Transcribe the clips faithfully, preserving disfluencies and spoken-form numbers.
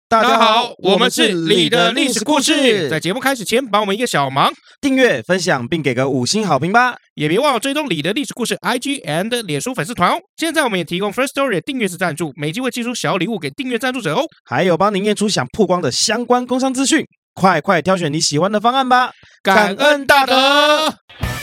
大家好，我们是你的历史故事。在节目开始前，帮我们一个小忙， 订阅、分享并给个五星好评吧！ 也别忘了追踪你的历史故事 I G and 脸书粉丝团哦。现在我们也提供 First Story 的订阅式赞助，每集会寄出小礼物给订阅赞助者哦。 还有帮您验出想曝光的相关工商资讯，快快挑选你喜欢的方案吧！ 感恩大德。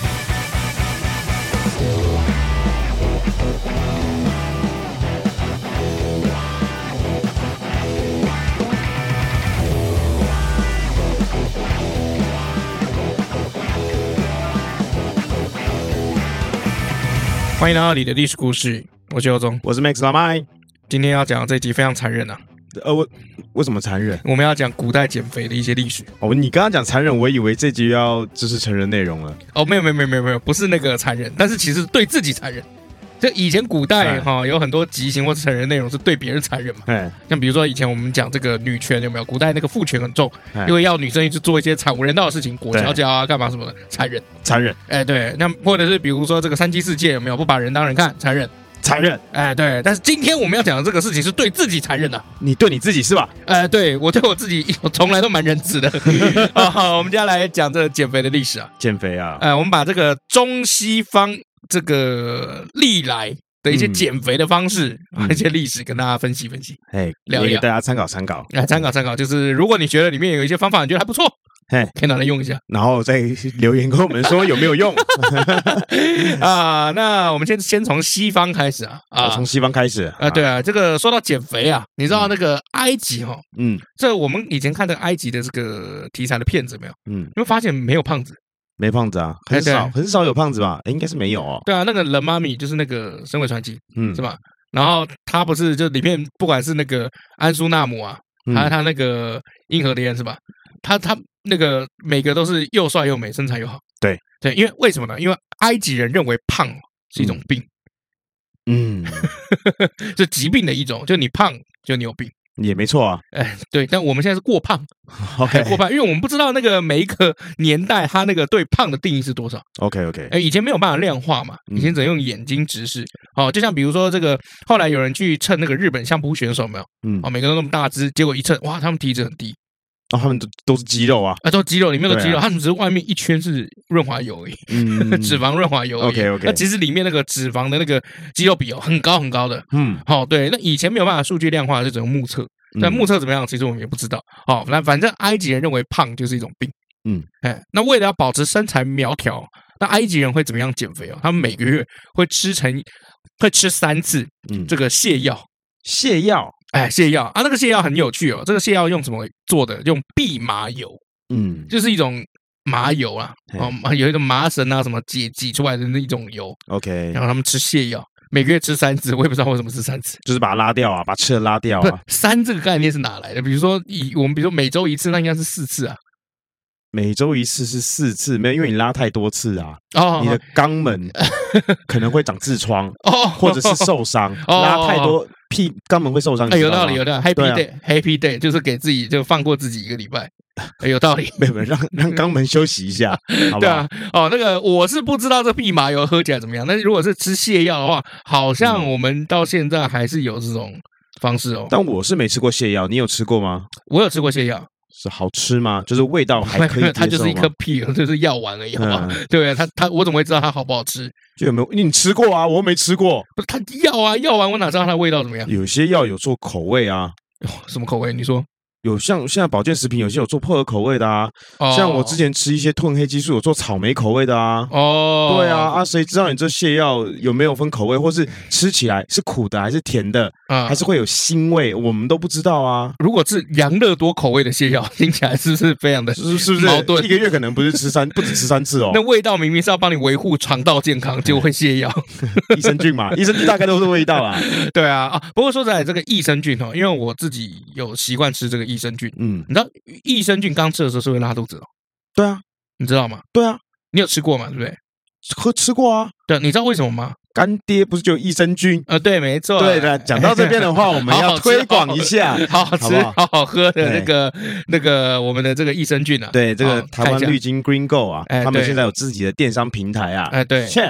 欢迎来到你的历史故事，我是尤忠， 我是 Max 老麦。 今天要讲的这一集非常残忍啊！ 呃，我为什么残忍？ 我们要讲古代减肥的一些历史。 哦，你刚刚讲残忍，我以为这集要就是成人内容了。 哦，没有没有没有没有没有，不是那个残忍，但是其实对自己残忍。就以前古代哈、哦，有很多极刑或是成人内容是对别人残忍嘛。像比如说以前我们讲这个女权有没有？古代那个父权很重，因为要女生去做一些惨无人道的事情，裹小脚啊，干嘛什么的，残忍， 残忍。 哎，对，那或者是比如说这个三妻四妾有没有？不把人当人看，残忍。 残忍， 哎，对，但是今天我们要讲的这个事情是对自己残忍的。 你对你自己是吧？ 哎，对我对我自己，我从来都蛮仁慈的。好，我们接下来讲这个减肥的历史啊。 减肥啊， 哎，我们把这个中西方这个历来的一些减肥的方式、嗯、一些历史跟大家分析分析， 哎， 聊一聊， 给大家参考参考。 哎，参考参考，就是如果你觉得里面有一些方法你觉得还不错。嘿，可以拿来用一下， 然后再留言跟我们说有没有用啊？那我们先先从西方开始啊，啊， 从西方开始啊，对啊，这个说到减肥啊，你知道那个埃及哈，嗯，这我们以前看的埃及的这个题材的片子没有？嗯，你会发现没有胖子， 没胖子啊，很少很少有胖子吧？应该是没有哦。 对啊，那个 The Mummy 就是那个《神鬼传奇》，嗯，是吧？然后他不是就里面不管是那个安苏纳姆啊，还有他那个英荷莲是吧？他他那个每个都是又帅又美，身材又好。 对对，因为为什么呢？因为埃及人认为胖是一种病，嗯，是疾病的一种，就你胖就你有病， 也没错啊。 哎，对，但我们现在是过胖 ，OK， 过胖，因为我们不知道那个每一个年代他那个对胖的定义是多少。 OK OK， 哎，以前没有办法量化嘛，以前只能用眼睛直视。哦，就像比如说这个，后来有人去称那个日本相扑选手，有没有？嗯，哦，每个都那么大只，结果一称，哇，他们体脂很低。 哦，他们都都是肌肉啊， 啊，都肌肉，里面的肌肉，他们只是外面一圈是润滑油而已，嗯，脂肪润滑油而已。 OK OK， 那其实里面那个脂肪的那个肌肉比哦很高很高的，嗯，好、哦，对，那以前没有办法数据量化，就只能目测，但目测怎么样，其实我们也不知道。好、哦，那反正埃及人认为胖就是一种病，嗯，哎，那为了要保持身材苗条，那埃及人会怎么样减肥哦？他们每个月会吃成会吃三次，嗯，这个泻药， 泻药。 哎，泻药啊，那个泻药很有趣哦。这个泻药用什么做的？用蓖麻油，嗯，就是一种麻油啊，哦，有一种麻绳啊，什么解挤出来的那一种油。 OK， 然后他们吃泻药，每个月吃三次，我也不知道为什么吃三次， 就是把它拉掉啊，把吃的拉掉啊。 三这个概念是哪来的？比如说以我们比如说每周一次，那应该是四次啊。 每周一次是四次，没有，因为你拉太多次啊，哦，你的肛门可能会长痔疮，哦，或者是受伤，哦、拉太多屁肛门会受伤。 哎，有道理，有道理。Happy Day，Happy Day， 就是给自己就放过自己一个礼拜，哎、有道理。 没有，让让肛门休息一下，好不好？ 对啊，哦，那个我是不知道这蓖麻油喝起来怎么样，但是如果是吃泻药的话，好像我们到现在还是有这种方式哦。 但我是没吃过泻药，你有吃过吗？ 我有吃过泻药。 是好吃吗？就是味道还可以接受吗？ 它就是一颗屁，就是药丸而已，好不好？嗯、对，它它我怎么会知道它好不好吃？ 就有没有你吃过啊？我没吃过。 不是它药啊，药丸我哪知道它的味道怎么样？ 有些药有做口味啊， 什么口味？你说。 有像现在保健食品有些有做薄荷口味的啊，哦、像我之前吃一些褪黑激素有做草莓口味的啊。哦，对啊，啊，谁知道你这泻药有没有分口味，或是吃起来是苦的还是甜的，啊、还是会有腥味，我们都不知道啊。 如果是养乐多口味的泻药，听起来是不是非常的是是不是矛盾？一个月可能不是吃三，不止吃三次哦。 那味道明明是要帮你维护肠道健康，结果会泻药。 益生菌嘛，益生菌大概都是味道啊。 对啊，啊，不过说实在，这个益生菌哦，因为我自己有习惯吃这个益生菌，嗯。你知道益生菌刚吃的时候是会拉肚子哦？ 对啊， 你知道吗？ 对啊， 你有吃过吗？对不对？ 喝吃过啊。 对，你知道为什么吗？ 干爹不是就有益生菌？ 呃，对，没错。 对的，讲到这边的话，我们要推广一下， 好好吃、好好喝的那个那个我们的这个益生菌啊。 对，这个台湾绿金 Green Go 啊，他们现在有自己的电商平台啊。 哎，对 ，Cheers。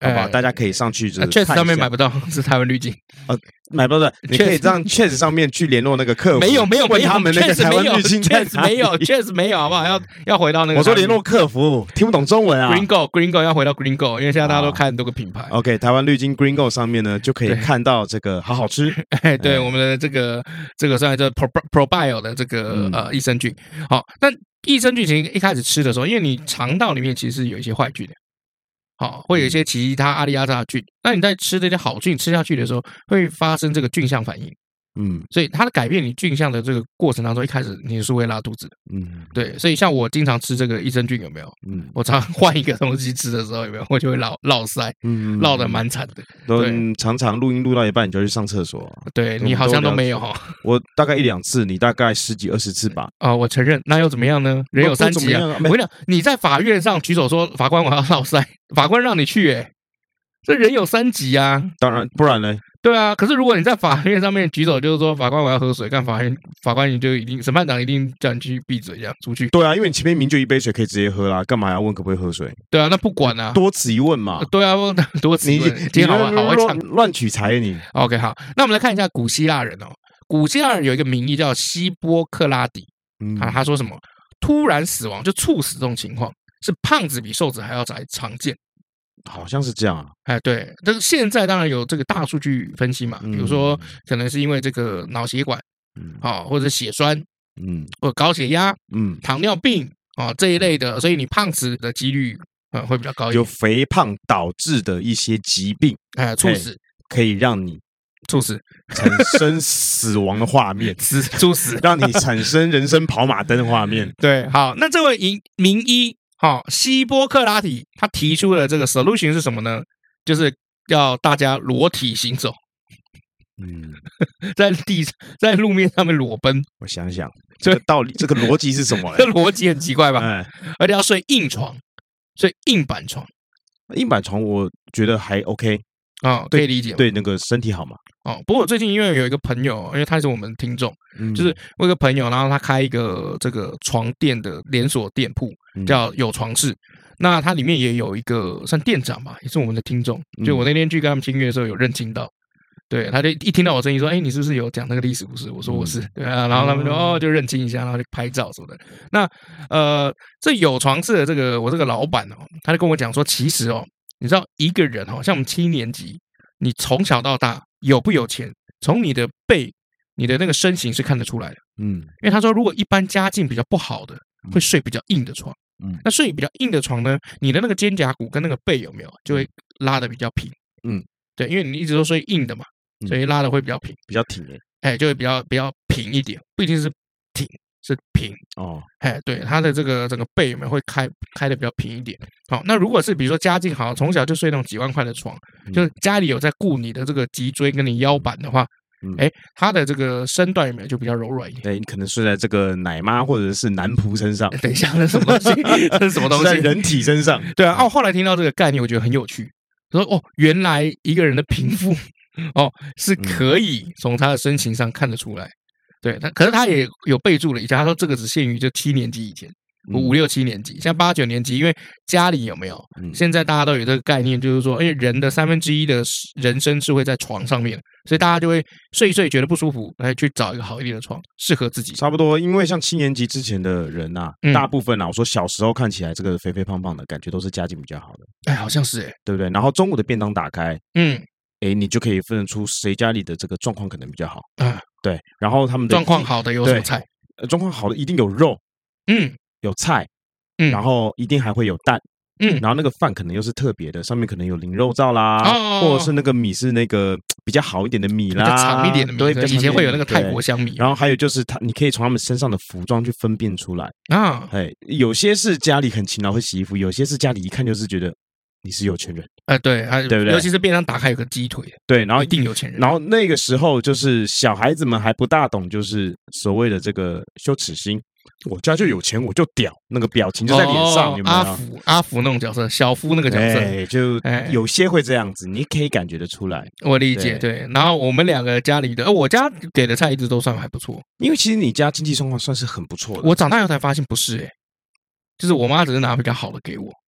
好吧？大家可以上去就是确实上面买不到，是台湾滤镜。 呃，买不到的，你可以让确实上面去联络那个客服。 没有没有没有， 他们那个台湾滤镜确实没有，确实没有，好不好？要要回到那个。 我说联络客服，听不懂中文啊。 Gringo Gringo 要回到 Gringo， 因为现在大家都开很多个品牌。 OK， 台湾滤镜 Gringo 上面呢就可以看到这个好好吃。 哎，对，我们的这个这个算是 Pro Probio 的这个呃益生菌。好，但益生菌其实一开始吃的时候，因为你肠道里面其实是有一些坏菌的。好，会有一些其他阿里亚扎菌，那你在吃这些好菌吃下去的时候，会发生这个菌相反应。嗯，所以它的改变你菌相的这个过程当中，一开始你是会拉肚子的。嗯，对，所以像我经常吃这个益生菌有没有？嗯，我常换一个东西吃的时候有没有，我就会落落腮，嗯，落得蛮惨的。 都常常录音录到一半你就去上厕所。 对你好像都没有哈， 我大概一两次，你大概十几二十次吧。 啊，我承认，那又怎么样呢？人有三急啊！我跟你讲，你在法院上举手说法官我要落腮，法官让你去，哎，这人有三急啊。 当然，不然呢？ 对啊，可是如果你在法院上面举手，就是说法官我要喝水，看法院法官你就一定审判长一定叫你去闭嘴，这样出去。 对啊，因为你前面明就一杯水可以直接喝啦，干嘛要问可不可以喝水？ 对啊，那不管啊， 多此一问嘛。 对啊，多此一问。今天好好会唱乱取材你。 OK， 好，那我们来看一下古希腊人哦。古希腊人有一个名医叫希波克拉底，嗯、啊，他说什么？突然死亡就猝死这种情况，是胖子比瘦子还要再常见。 好像是这样啊， 哎，对，但是现在当然有这个大数据分析嘛，比如说可能是因为这个脑血管，嗯，啊，或者血栓，嗯，或者高血压，嗯，糖尿病啊这一类的，所以你胖死的几率啊会比较高一点。 有肥胖导致的一些疾病， 哎，猝死可以让你猝死， 产生死亡的画面， 死猝死， 让你产生人生跑马灯的画面。 对，好，那这位名医。好，希波克拉底他提出的这个 solution 是什么呢？就是要大家裸体行走，嗯，在地在路面上面裸奔。 我想想，这个道理，这个逻辑是什么？ 这逻辑很奇怪吧？嗯，而且要睡硬床，睡硬板床。 硬板床我觉得还 OK 啊，可以理解， 对那个身体好嘛。 哦，不过我最近因为有一个朋友，因为他是我们听众，嗯、就是我有个朋友，然后他开一个这个床垫的连锁店铺，叫有床室。那它里面也有一个算店长吧，也是我们的听众。就我那天去跟他们听乐的时候，有认清到，对，他就一听到我声音说：“哎，你是不是有讲那个历史故事？”我说：“我是。”对啊，然后他们就哦，就认清一下，然后就拍照什么的。那呃，这有床室的这个我这个老板哦，他就跟我讲说，其实哦，你知道一个人哦，像我们七年级，你从小到大。有不有钱，从你的背、你的那个身形是看得出来的。嗯，因为他说，如果一般家境比较不好的，会睡比较硬的床。嗯，那睡比较硬的床呢，你的那个肩胛骨跟那个背有没有，就会拉得比较平。嗯，对，因为你一直都睡硬的嘛，所以拉的会比较平， 比较挺诶。 哎，就会比较比较平一点，不一定是挺，是平哦。哎，对，他的这个整个背有没有会开开的比较平一点。好，那如果是比如说家境好，从小就睡那种几万块的床，就是家里有在顾你的这个脊椎跟你腰板的话，哎，他的这个身段有没有就比较柔软一点？ 对，你可能睡在这个奶妈或者是男仆身上。 等一下，那什么东西？这是什么东西？ 在人体身上。 对啊，哦，后来听到这个概念，我觉得很有趣。说哦，原来一个人的贫富哦是可以从他的身形上看得出来。对，他可是他也有备注了一下，他说这个只限于就七年级以前。五六七年级，像八九年级，因为家里有没有？现在大家都有这个概念，就是说，因为人的三分之一的人生是会在床上面，所以大家就会睡一睡觉得不舒服，来去找一个好一点的床，适合自己。 差不多，因为像七年级之前的人呐、啊，嗯、大部分啊，我说小时候看起来这个肥肥胖胖的感觉都是家境比较好的， 哎，好像是哎， 对不对？然后中午的便当打开，嗯，哎，你就可以分得出谁家里的这个状况可能比较好啊。对，然后他们的状况好的有什么菜？ 呃，状况好的一定有肉，嗯。有菜，嗯，然后一定还会有蛋，嗯，然后那个饭可能又是特别的，上面可能有淋肉燥啦，哦、或者是那个米是那个比较好一点的米啦， 比较长一点的米，对，以前会有那个泰国香米。 然后还有就是他，你可以从他们身上的服装去分辨出来啊，哎，有些是家里很勤劳会洗衣服，有些是家里一看就是觉得你是有钱人， 哎、呃，对， 对不对？ 尤其是便当打开有个鸡腿， 对，然后一定有钱人。 然后那个时候就是小孩子们还不大懂，就是所谓的这个羞耻心。我家就有钱，我就屌，那个表情就在脸上，哦、有没有？ 阿福，阿福那种角色，小夫那个角色， 哎，就有些会这样子，你可以感觉得出来。 我理解，对。对然后我们两个家里的，我家给的菜一直都算还不错， 因为其实你家经济状况算是很不错的。 我长大以后才发现不是、欸，哎，就是我妈只是拿比较好的给我。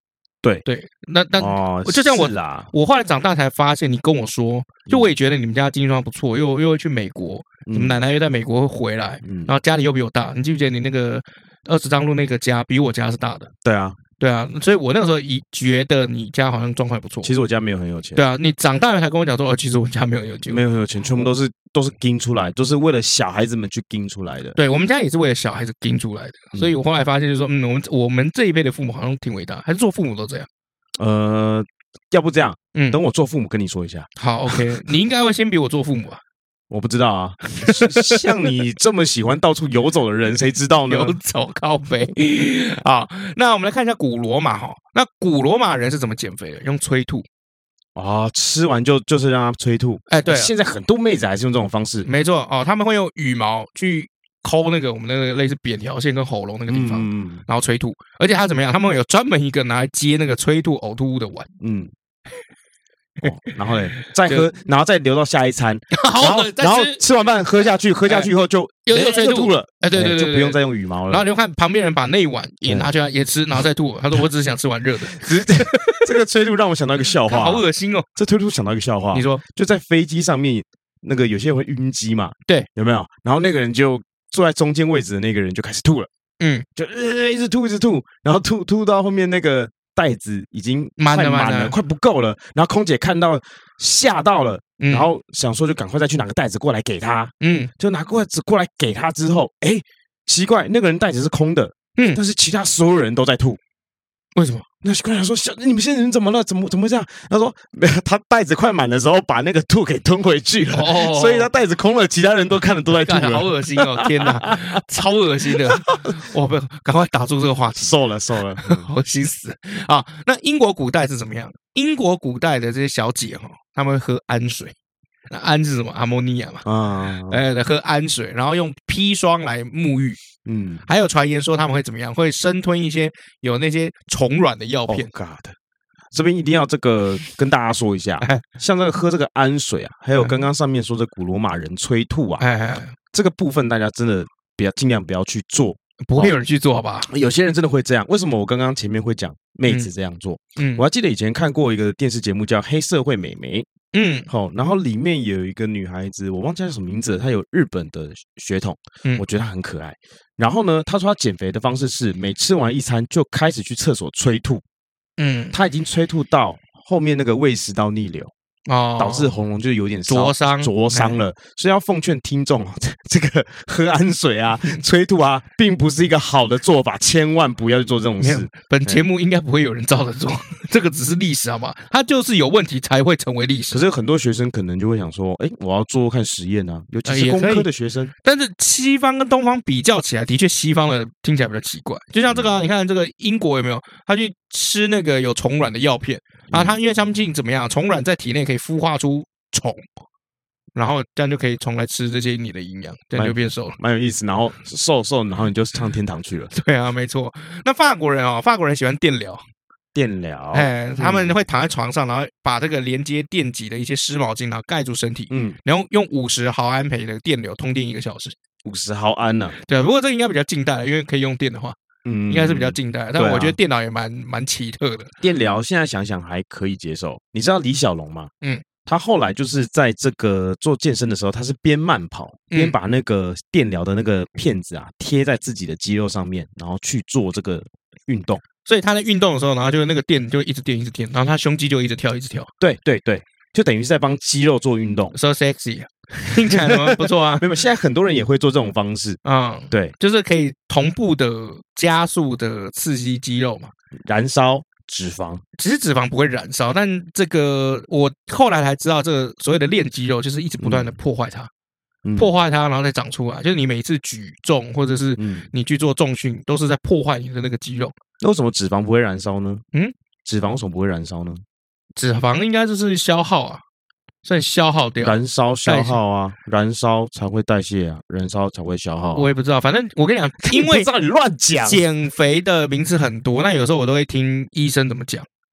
对对，那那、哦、就像我我后来长大才发现，你跟我说，就我也觉得你们家经济状况不错，又又会去美国，你们奶奶又在美国会回来，嗯、然后家里又比我大，你记不记得你那个二十张路那个家比我家是大的？ 对啊。 对啊，所以我那个时候一觉得你家好像状况不错。 其实我家没有很有钱。 对啊，你长大了才跟我讲说，哦，其实我家没有很有钱， 没有很有钱，全部都是都是盯出来，都是为了小孩子们去盯出来的。 对，我们家也是为了小孩子盯出来的。嗯、所以我后来发现，就是说，嗯，我们我们这一辈的父母好像挺伟大，还是做父母都这样。 呃，要不这样，嗯，等我做父母跟你说一下。 好 ，OK， 你应该会先比我做父母啊。 我不知道啊，像你这么喜欢到处游走的人，谁知道呢？ 游走靠北啊！那我们来看一下古罗马哈。那古罗马人是怎么减肥的？用催吐啊、哦，吃完就就是让他催吐。 哎，对， 现在很多妹子还是用这种方式。 没错哦，他们会用羽毛去抠那个我们那个类似扁条线跟喉咙那个地方，嗯、然后催吐。而且他怎么样？他们有专门一个拿来接那个催吐呕吐物的碗。嗯。 哦、然后呢，再喝，然后再留到下一餐，然后然后吃完饭喝下去，喝下去以后就又又催吐了， 哎，对对对， 就不用再用羽毛了。 然后你就看旁边人把那一碗也拿去也吃，然后再吐。他说：“我只是想吃碗热的。” 这个催吐让我想到一个笑话， 好恶心哦！ 这催吐想到一个笑话， 你说就在飞机上面，那个有些人会晕机嘛， 对， 有没有？然后那个人就坐在中间位置的那个人就开始吐了，嗯，就呃一直吐一直吐，然后吐吐到后面那个。袋子已经满了， 满了，快不够了。然后空姐看到，吓到了，嗯、然后想说就赶快再去拿个袋子过来给他。嗯，就拿袋子过来给他之后，哎，奇怪，那个人袋子是空的，嗯，但是其他所有人都在吐， 为什么？ 那跟他说：“你们现在人怎么了？怎么怎么这样？”他说：“他袋子快满的时候，把那个吐给吞回去了，哦、所以他袋子空了，其他人都看着都在吐了， 好恶心哦！天哪，超恶心的！我不赶快打住这个话题， 瘦了瘦了， 恶心死啊！那英国古代是怎么样？英国古代的这些小姐哈，她们会喝氨水。那氨是什么？阿莫尼亚嘛，啊，哎，喝氨水，然后用砒霜来沐浴，嗯，还有传言说他们会怎么样？会生吞一些有那些虫卵的药片。 Oh God， 这边一定要这个跟大家说一下，像这个喝这个氨水啊，还有刚刚上面说这古罗马人催吐啊，这个部分大家真的不要尽量不要去做。 不会有人去做，好吧？ 有些人真的会这样。为什么我刚刚前面会讲妹子这样做？嗯，我还记得以前看过一个电视节目叫《黑社会美眉》。嗯，好，然后里面有一个女孩子，我忘记叫什么名字了，她有日本的血统，嗯，我觉得她很可爱。然后呢，她说她减肥的方式是每吃完一餐就开始去厕所催吐，嗯，她已经催吐到后面那个胃食道逆流。哦，导致喉咙就有点灼伤， 灼伤了，所以要奉劝听众，这个喝氨水啊、催吐啊，并不是一个好的做法，千万不要去做这种事。 本节目应该不会有人照着做，这个只是历史，好吗？它就是有问题才会成为历史。 可是很多学生可能就会想说，哎，我要做看实验啊，尤其是工科的学生。 但是西方跟东方比较起来，的确西方的听起来比较奇怪。就像这个、啊，你看这个英国有没有？他去吃那个有虫卵的药片。啊，它因为相信怎么样，虫卵在体内可以孵化出虫，然后这样就可以虫来吃这些你的营养，这样就变瘦了， 蛮有意思。然后瘦瘦，然后你就上天堂去了。 对啊，没错。那法国人哦，法国人喜欢电疗， 电疗， 哎，他们会躺在床上，然后把这个连接电极的一些湿毛巾，然后盖住身体，嗯，然后用五十毫安培的电流通电一个小时。 五十毫安呢、啊？ 对，不过这应该比较近代，因为可以用电的话。嗯，应该是比较近代，但我觉得电脑也蛮蛮奇特的。 电疗现在想想还可以接受。你知道李小龙吗？嗯，他后来就是在这个做健身的时候，他是边慢跑边把那个电疗的那个片子啊贴在自己的肌肉上面，然后去做这个运动。 所以他在运动的时候，然后就那个电就一直电一直电，然后他胸肌就一直跳一直跳。 对对对，就等于是在帮肌肉做运动。 So sexy。听起来吗？不错啊， 没有，现在很多人也会做这种方式，嗯，对， 就是可以同步的加速的刺激肌肉嘛， 燃烧脂肪。 其实脂肪不会燃烧，但这个我后来才知道，这个所谓的练肌肉就是一直不断的破坏它，嗯、破坏它，然后再长出来。就是你每次举重或者是你去做重训，都是在破坏你的那个肌肉。 那为什么脂肪不会燃烧呢？嗯，脂肪为什么不会燃烧呢？ 脂肪应该就是消耗啊。算消耗掉， 燃烧消耗啊，燃烧才会代谢啊，燃烧才会消耗、啊。 我也不知道，反正我跟你讲，因为不知道你乱讲。 减肥的名词很多，那有时候我都会听医生怎么讲。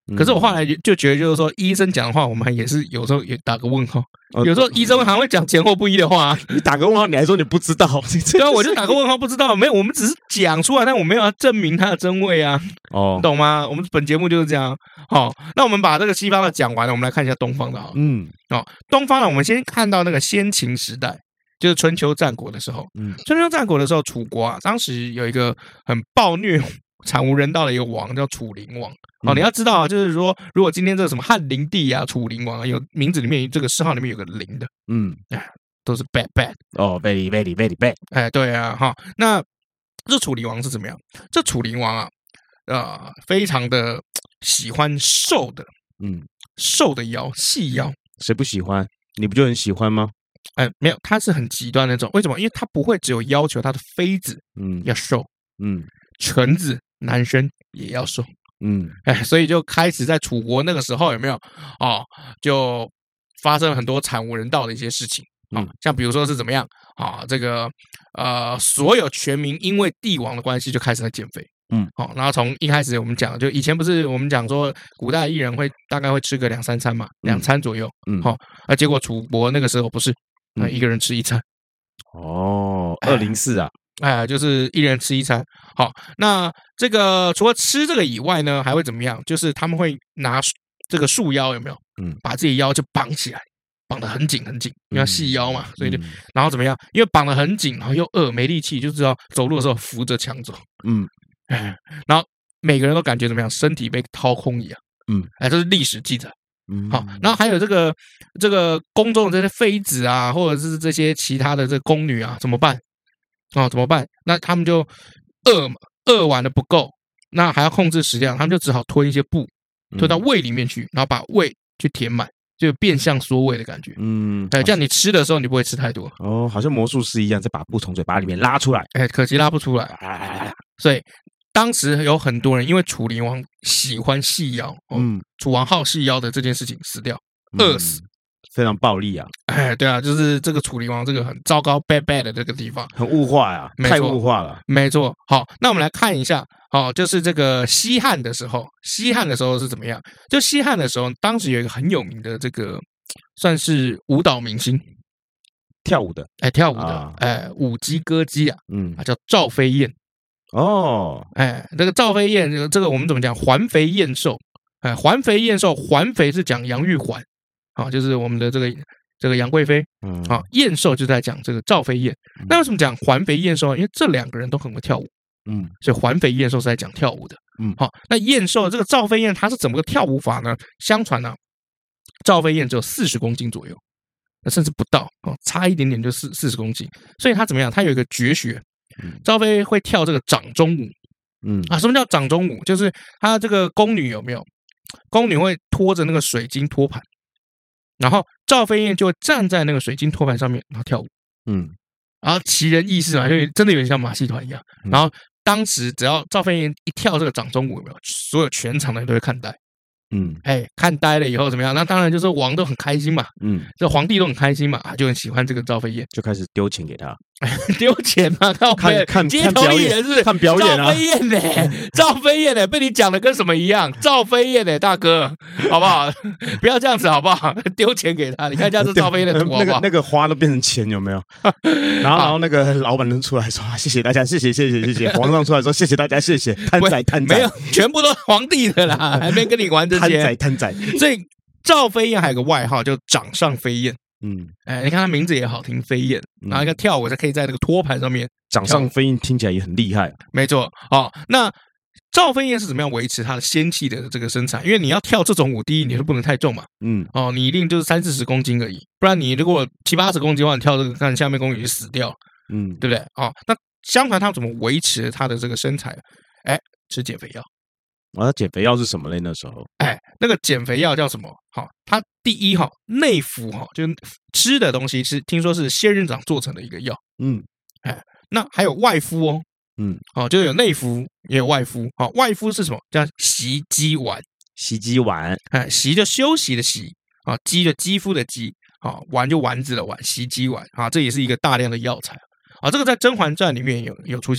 可是我后来就觉得，就是说医生讲的话，我们也是有时候也打个问号。有时候医生还会讲前后不一的话， 你打个问号，你还说你不知道？ 对啊，我就打个问号，不知道。没有，我们只是讲出来，但我没有要证明它的真伪啊。哦，你懂吗？我们本节目就是这样。好，那我们把这个西方的讲完了，我们来看一下东方的啊。嗯，哦，东方呢，我们先看到那个先秦时代，就是春秋战国的时候。嗯，春秋战国的时候，楚国啊，当时有一个很暴虐、惨无人道的一个王，叫楚灵王。哦，你要知道啊，就是说，如果今天这个什么汉灵帝啊、楚灵王啊，有名字里面这个谥号里面有个灵的，嗯，哎，都是 bad bad 哦 ，very very very bad， 哎，对啊，哈，那这楚灵王是怎么样？这楚灵王啊，呃，非常的喜欢瘦的，嗯，瘦的腰、细腰， 谁不喜欢？你不就很喜欢吗？ 哎，没有，他是很极端那种。为什么？因为他不会只有要求他的妃子，嗯，要瘦，嗯，臣子男生也要瘦。嗯，哎，所以就开始在楚国那个时候有没有哦，就发生了很多惨无人道的一些事情啊、哦，像比如说是怎么样啊、哦，这个呃，所有全民因为帝王的关系就开始在减肥，嗯，好、哦，然后从一开始我们讲，就以前不是我们讲说古代艺人会大概会吃个两三餐嘛，两餐左右，嗯，好、哦，啊，结果楚国那个时候不是，那、嗯、一个人吃一餐， 哦，二零四啊。 哎，就是一人吃一餐。好，那这个除了吃这个以外呢，还会怎么样？就是他们会拿这个束腰，有没有？嗯，把自己腰就绑起来，绑得很紧很紧，因为细腰嘛，所以就然后怎么样？因为绑得很紧，然后又饿没力气，就知道走路的时候扶着墙走。嗯，哎，然后每个人都感觉怎么样？身体被掏空一样。嗯，哎，这是历史记载。嗯，好，然后还有这个这个宫中的这些妃子啊，或者是这些其他的这个宫女啊，怎么办？哦，怎么办？那他们就饿嘛，饿完了不够，那还要控制食量，他们就只好吞一些布，吞到胃里面去，然后把胃去填满，就变相缩胃的感觉。嗯，哎，这样你吃的时候你不会吃太多。 哦，好像魔术师一样，再把布从嘴巴里面拉出来。 哎，可惜拉不出来。所以当时有很多人因为楚灵王喜欢细腰，嗯，楚王好细腰的这件事情死掉，饿死。 非常暴力啊！ 哎，对啊，就是这个楚灵王这个很糟糕 bad bad 的这个地方， 很物化呀、啊，太物化了。 没错，好，那我们来看一下，好，就是这个西汉的时候，西汉的时候是怎么样？就西汉的时候，当时有一个很有名的这个算是舞蹈明星， 跳舞的， 哎，跳舞的，啊、哎，舞姬歌姬啊，嗯，啊，叫赵飞燕。哦，哎，这个赵飞燕，这个我们怎么讲？环肥燕瘦，哎，环肥燕瘦，环肥是讲杨玉环。啊，就是我们的这个这个杨贵妃，嗯，啊，燕瘦就在讲这个赵飞燕。那为什么讲环肥燕瘦？因为这两个人都很会跳舞，嗯，所以环肥燕瘦是在讲跳舞的，嗯，好，那燕瘦这个赵飞燕她是怎么个跳舞法呢？相传呢，赵飞燕只有四十公斤左右，那甚至不到哦，差一点点就四四十公斤。所以她怎么样？她有一个绝学，赵飞会跳这个掌中舞，嗯啊，什么叫掌中舞？就是她这个宫女有没有？宫女会拖着那个水晶托盘。然后赵飞燕就站在那个水晶托盘上面，然后跳舞，嗯，然后奇人异事嘛，就真的有点像马戏团一样。然后当时只要赵飞燕一跳这个掌中舞，有没有？所有全场的人都会看呆，嗯，哎，看呆了以后怎么样？那当然就是王都很开心嘛，嗯，这皇帝都很开心嘛，就很喜欢这个赵飞燕， 就开始丢钱给他， 丢钱嘛，看看看街头艺人是看表演啊， 赵飞燕呢，赵飞燕呢，被你讲的跟什么一样？赵飞燕呢，大哥，好不好？不要这样子好不好？丢钱给他，你看一下这赵飞燕的图好不好？ 那个那个花都变成钱有没有？然后然后那个老板能出来说谢谢大家，谢谢谢谢谢谢，皇上出来说谢谢大家，谢谢，贪仔贪仔， 没有，全部都是皇帝的啦，还没跟你玩这些。 贪仔贪仔， 所以赵飞燕还有个外号叫掌上飞燕，嗯，哎，你看他名字也好听，飞燕，然后一个跳舞，才可以在那个托盘上面， 掌上飞燕听起来也很厉害， 没错，哦，那赵飞燕是怎么样维持她的仙气的这个身材？因为你要跳这种舞，第一你是不能太重嘛，嗯，哦，你一定就是三四十公斤而已，不然你如果七八十公斤的话，你跳这个看下面宫女就死掉了，嗯，对不对？哦，那相传她怎么维持她的这个身材？哎，吃减肥药。 啊，减肥药是什么嘞？那时候， 哎，那个减肥药叫什么？好，它第一哈内服哈，就吃的东西是听说是仙人掌做成的一个药，嗯，哎，那还有外敷哦，嗯，好，就有内服也有外敷，好，外敷是什么？叫息肌丸， 息肌丸， 哎，息就休息的息啊，肌就肌肤的肌，好，丸就丸子的丸，息肌丸啊，这也是一个大量的药材啊，这个在《甄嬛传》里面有有出现过。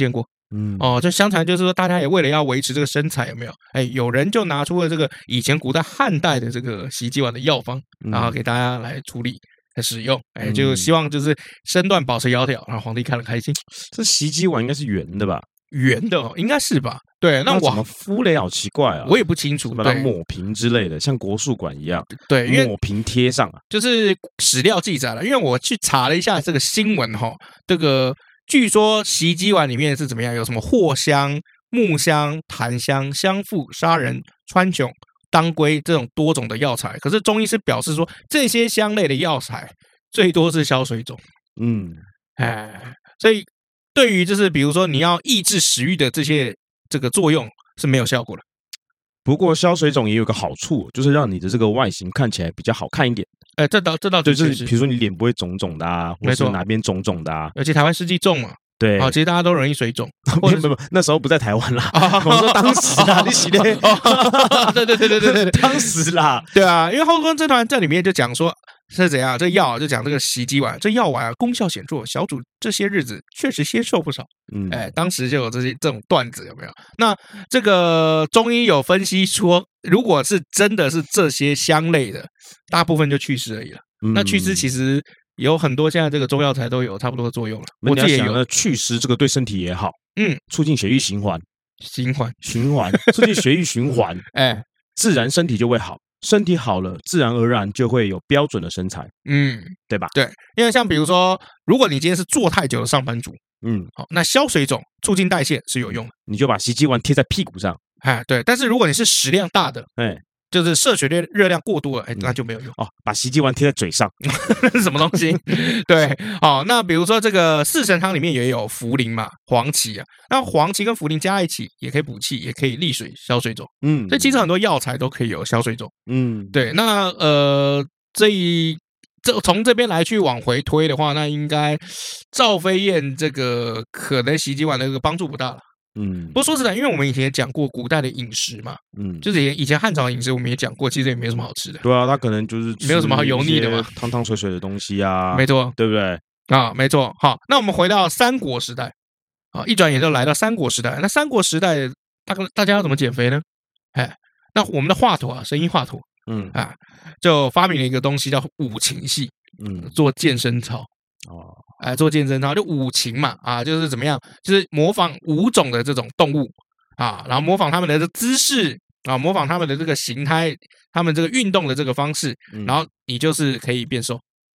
嗯，哦，就相传就是说，大家也为了要维持这个身材，有没有？哎，有人就拿出了这个以前古代汉代的这个洗肌丸的药方，然后给大家来处理。来使用，哎，就希望就是身段保持窈窕，让皇帝看了开心。 这洗肌丸应该是圆的吧？ 圆的，应该是吧？对，那我怎么敷嘞？好奇怪啊！ 我也不清楚， 把它抹平之类的，像国术馆一样， 对， 抹平贴上啊。 就是史料记载了，因为我去查了一下这个新闻哈，这个据说洗肌丸里面是怎么样？有什么藿香、木香、檀香、香附、砂仁、川穹、当归这种多种的药材，可是中医师表示说，这些香类的药材最多是消水肿。嗯，哎，所以对于就是比如说你要抑制食欲的这些这个作用是没有效果的。 不过消水肿也有个好处，就是让你的这个外形看起来比较好看一点。 哎，这倒这倒就是比如说你脸不会肿肿的啊，或者哪边肿肿的啊。 而且台湾湿气重嘛。 对， 啊，其实大家都容易水肿， 不不不，那时候不在台湾啦。我说当时啦，你洗的， 对对对对对对， 当时啦， 对啊，因为后宫这团在里面就讲说是怎样，这药就讲这个洗肌丸，这药丸啊功效显著，小主这些日子确实些瘦不少。嗯，哎，当时就有这些这种段子有没有？那这个中医有分析说，如果是真的是这些香类的，大部分就祛湿而已了。那祛湿其实。有很多现在这个中药材都有差不多的作用了， 我自己也有。祛湿这个对身体也好，嗯，促进血液循环， 循环循环，促进血液循环，哎，自然身体就会好，身体好了，自然而然就会有标准的身材，嗯，对吧？ 对，因为像比如说，如果你今天是坐太久的上班族，嗯，好，那消水肿、促进代谢是有用的， 你就把洗肌丸贴在屁股上， 哎，对。但是如果你是食量大的，哎。就是摄取热热量过多了，哎，那就没有用哦。把洗肌丸贴在嘴上， 那是什么东西？对，哦，那比如说这个四神汤里面也有茯苓嘛，黄芪啊，那黄芪跟茯苓加在一起，也可以补气，也可以利水消水肿。嗯，所以其实很多药材都可以有消水肿。嗯，对。那呃，这一这从这边来去往回推的话，那应该赵飞燕这个可能洗肌丸的这个帮助不大了。嗯，不过说实在，因为我们以前也讲过古代的饮食嘛，嗯，就是以前汉朝的饮食我们也讲过，其实也没有什么好吃的。 对啊，他可能就是没有什么好油腻的嘛， 汤汤水水的东西啊， 没错， 对不对？ 啊，没错。好，那我们回到三国时代，啊，一转眼就来到三国时代。那三国时代，大大家要怎么减肥呢？哎，那我们的华佗啊，神医华佗，嗯啊，就发明了一个东西叫五禽戏，嗯，做健身操。哦，哎，做健身操就五禽嘛，啊，就是怎么样，就是模仿五种的这种动物啊，然后模仿他们的姿势啊，模仿他们的这个形态，他们这个运动的这个方式，然后你就是可以变瘦。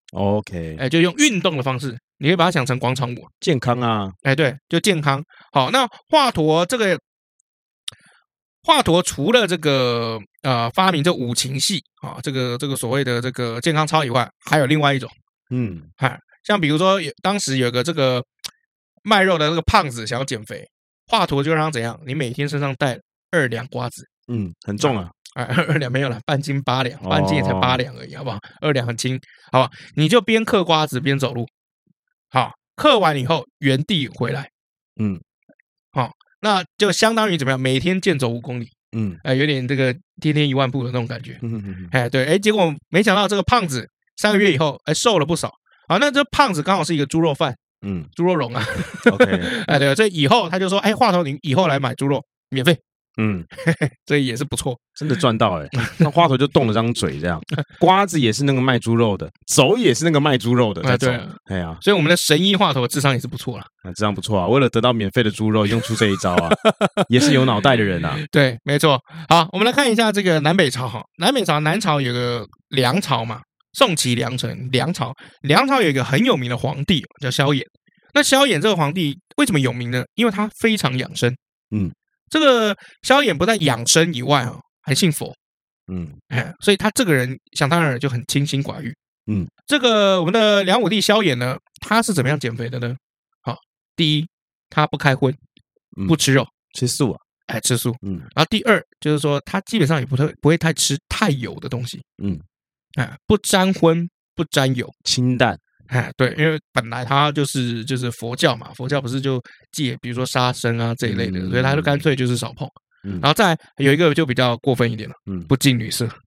OK， 哎，就用运动的方式，你可以把它想成广场舞， 健康啊， 哎，对，就健康。好，那华佗这个华佗除了这个呃发明这五禽戏啊，这个这个所谓的这个健康操以外，还有另外一种，嗯，嗨。像比如说，当时有个这个卖肉的那个胖子想要减肥，华佗就让他怎样？你每天身上带二两瓜子， 嗯，很重啊， 哎，二两没有了，半斤八两，半斤也才八两而已，好不好？二两很轻，好吧？你就边嗑瓜子边走路，好，嗑完以后原地回来，嗯，好，那就相当于怎么样？每天健走五公里，嗯，哎，有点这个天天一万步的那种感觉，嗯嗯嗯，哎，对，哎，结果没想到这个胖子三个月以后，哎，瘦了不少。好，那这胖子刚好是一个猪肉贩，嗯，猪肉蓉啊 ，OK， 哎，对，所以以后他就说，哎，华佗你以后来买猪肉免费，嗯，所以也是不错， 真的赚到哎。那华佗就动了张嘴，这样瓜子也是那个卖猪肉的，走也是那个卖猪肉的，哎， 对， 哎呀， 所以我们的神医华佗智商也是不错了， 智商不错啊，为了得到免费的猪肉，用出这一招啊，也是有脑袋的人啊。 对，没错。好，我们来看一下这个南北朝哈，南北朝南朝有个梁朝嘛。宋齐梁陈，梁朝，梁朝有一个很有名的皇帝叫萧衍。那萧衍这个皇帝为什么有名呢？因为他非常养生。嗯，这个萧衍不但养生以外啊，还信佛。嗯，哎，所以他这个人想当然就很清心寡欲。嗯，这个我们的梁武帝萧衍呢，他是怎么样减肥的呢？好，第一，他不开荤，不吃肉， 吃素啊， 哎，吃素。嗯，然后第二就是说，他基本上也不太不会太吃太油的东西。嗯。哎，不沾荤，不沾油， 清淡。 哎，对，因为本来他就是就是佛教嘛，佛教不是就戒，比如说杀生啊这一类的，嗯、所以他就干脆就是少碰。嗯、然后再有一个就比较过分一点了，嗯，不近女色。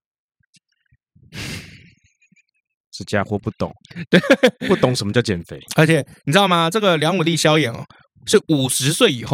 这家伙不懂， 对， 不懂什么叫减肥。 而且你知道吗？这个梁武帝萧衍哦，是五十岁以后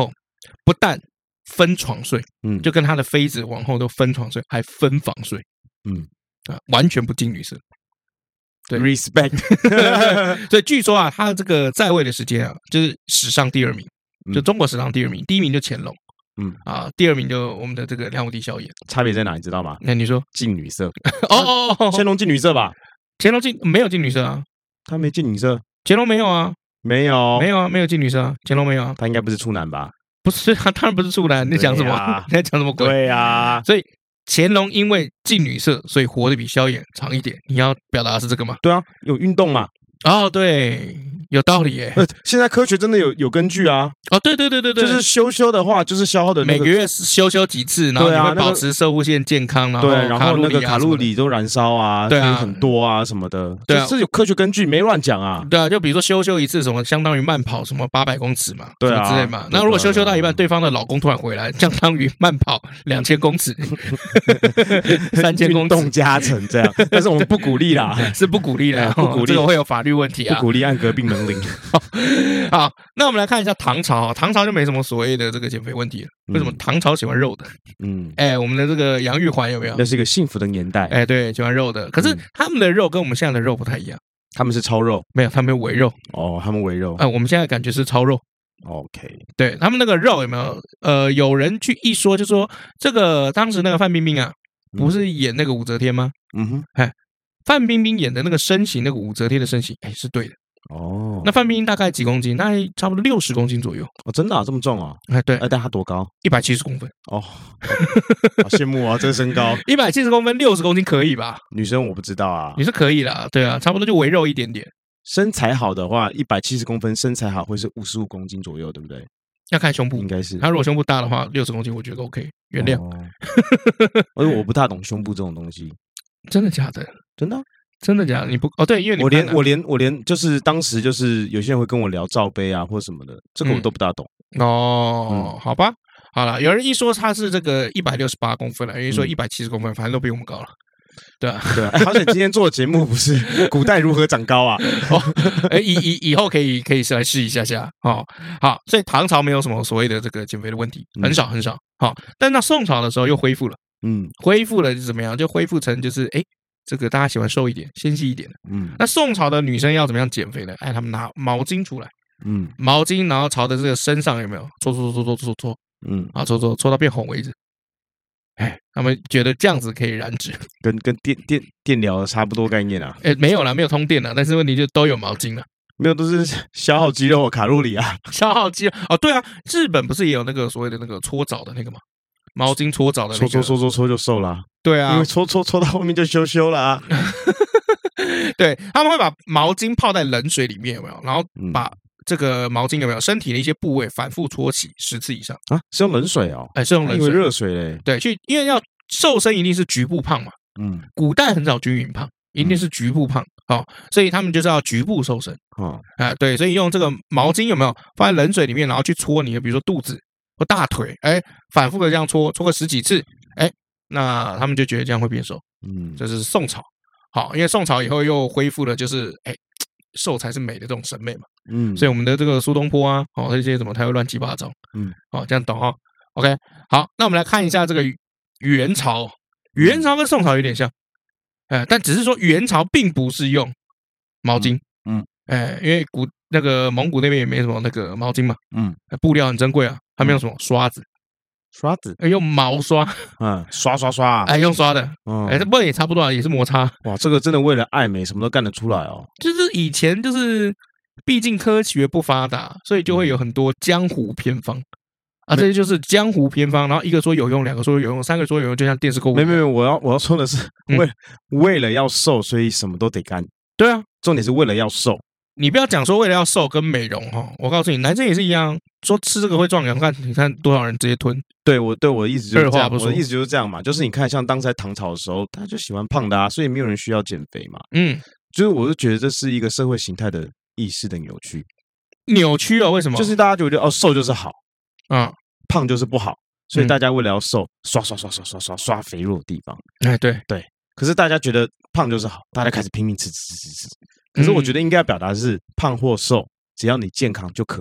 不但分床睡，嗯，就跟他的妃子、王后都分床睡，还分房睡，嗯啊，完全不近女色。对 ，respect。 所以据说啊，他这个在位的时间啊，就是史上第二名，就中国史上第二名，第一名就乾隆。嗯啊，第二名就我们的这个梁武帝萧衍， 差别在哪？你知道吗？ 那你说近女色哦哦哦， 乾隆近女色吧？ 乾隆近没有近女色啊， 他没近女色， 乾隆没有啊， 没有没有啊，没有近女色啊，乾隆没有啊， 他应该不是处男吧？ 不是啊，当然不是处男，你在讲什么？啊、你在讲什么鬼？ 对呀、啊， 所以乾隆因为近女色，所以活得比萧衍长一点。你要表达的是这个吗？ 对啊，有运动嘛？ 哦，对，有道理耶。 呃，现在科学真的有有根据啊。 哦，对对对对对， 就是休休的话，就是消耗的、那个、每个月休休几次，然后你会保持射护腺健康，然后对，然后那个卡路里都燃烧啊， 对啊， 很多啊什么的， 对啊， 这有科学根据，没乱讲啊。 对啊，就比如说休休一次，什么相当于慢跑什么八百公尺嘛， 对啊之类嘛。那如果休休到一半，对方的老公突然回来，相当于慢跑两千公尺，三千公尺， 运动加成这样。但是我们不鼓励啦， 是不鼓励的， 不鼓励， 这个会有法律问题啊， 不鼓励按革命门铃。 好，那我们来看一下唐朝，唐朝就没什么所谓的这个减肥问题了。为什么唐朝喜欢肉的？嗯，哎，我们的这个杨玉环有没有？ 那是一个幸福的年代。 哎，对，喜欢肉的。可是他们的肉跟我们现在的肉不太一样， 他们是超肉， 没有，他们围肉。 哦，他们围肉。 哎，我们现在感觉是超肉。 OK， 对他们那个肉有没有？呃，有人去一说，就说这个当时那个范冰冰啊，不是演那个武则天吗？嗯哼，哎，范冰冰演的那个身形，那个武则天的身形，哎，是对的。哦，那范冰冰大概几公斤？大概差不多六十公斤左右。 哦，真的啊，这么重啊？ 哎，对。 哎，但她多高？ 一百七十公分。 哦，好羡慕啊，这个身高。 一百七十公分，六十公斤可以吧？ 女生我不知道啊。 你是可以啦，对啊，差不多就围肉一点点。 身材好的话，一百七十公分，身材好会是五十五公斤左右，对不对？ 要看胸部， 应该是。 他如果胸部大的话，六十公斤我觉得 OK， 原谅。 因为我不大懂胸部这种东西。 真的假的？ 真的。 真的假的？你不哦？对，因为你我连我连我连就是当时就是有些人会跟我聊罩杯啊或什么的，这个我都不大懂。 哦，嗯、好吧，好了，有人一说他是这个一百六十八公分了，有人说一百七十公分，反正都比我们高了。对啊， 对啊，好像今天做的节目不是古代如何长高啊？ 哦，哎，以以以后可以可以来试一下下哦。好，所以唐朝没有什么所谓的这个减肥的问题，很少很少。好，但到宋朝的时候又恢复了，嗯，恢复了是怎么样？就恢复成就是哎。这个大家喜欢瘦一点、纤细一点的，嗯，那宋朝的女生要怎么样减肥呢？哎，他们拿毛巾出来，嗯，毛巾，然后朝着这个身上有没有搓搓搓搓搓搓搓，嗯，啊，搓搓搓到变红为止。哎，他们觉得这样子可以燃脂， 跟跟电电电疗差不多概念啊。 哎，没有啦，没有通电啦，但是问题就都有毛巾了， 没有都是消耗肌肉卡路里啊， 消耗肌肉哦，对啊，日本不是也有那个所谓的那个搓澡的那个吗？毛巾搓澡的那个， 搓搓搓搓搓就瘦了、啊。 对啊， 因为搓搓搓到后面就羞羞了啊。 对，他们会把毛巾泡在冷水里面，有没有？然后把这个毛巾有没有身体的一些部位反复搓洗十次以上啊？是用冷水哦？ 哎，是用冷水， 因为热水嘞。 对，去因为要瘦身一定是局部胖嘛。嗯，古代很少均匀胖，一定是局部胖。好、哦，所以他们就是要局部瘦身。哦，啊，对，所以用这个毛巾有没有放在冷水里面，然后去搓你的，比如说肚子或大腿，哎，反复的这样搓，搓个十几次，哎。那他们就觉得这样会变瘦，嗯，这是宋朝，好，因为宋朝以后又恢复了，就是哎，瘦才是美的这种审美嘛，嗯，所以我们的这个苏东坡啊，哦，这些什么他会乱七八糟，嗯，好，这样懂哈 ，OK， 好，那我们来看一下这个元朝，元朝跟宋朝有点像，哎，但只是说元朝并不是用毛巾，嗯，哎，因为古那个蒙古那边也没什么那个毛巾嘛，嗯，布料很珍贵啊，他们用什么刷子。 刷子， 用毛刷， 嗯，刷刷刷， 哎，用刷的，哎，这不也差不多，也是摩擦。 哇，这个真的为了爱美，什么都干得出来哦。 就是以前就是，毕竟科学不发达，所以就会有很多江湖偏方啊，这些就是江湖偏方。然后一个说有用，两个说有用，三个说有用，就像电视购物。 没没没，我要我要说的是，为为了要瘦，所以什么都得干。 对啊， 重点是为了要瘦。 你不要讲说为了要瘦跟美容哈，我告诉你，男生也是一样，说吃这个会壮阳，看你看多少人直接吞。 对我对我的意思就是这样，我的意思就是这样嘛，就是你看像当时在唐朝的时候，他就喜欢胖的啊，所以没有人需要减肥嘛。嗯，就是我就觉得这是一个社会形态的意识的扭曲。 扭曲哦？为什么？ 就是大家觉得哦，瘦就是好，嗯，胖就是不好，所以大家为了要瘦，刷刷刷刷刷刷刷肥肉的地方。 哎，对对。可是大家觉得胖就是好，大家开始拼命吃吃吃吃吃。可是我觉得应该要表达的是，胖或瘦，只要你健康就可以。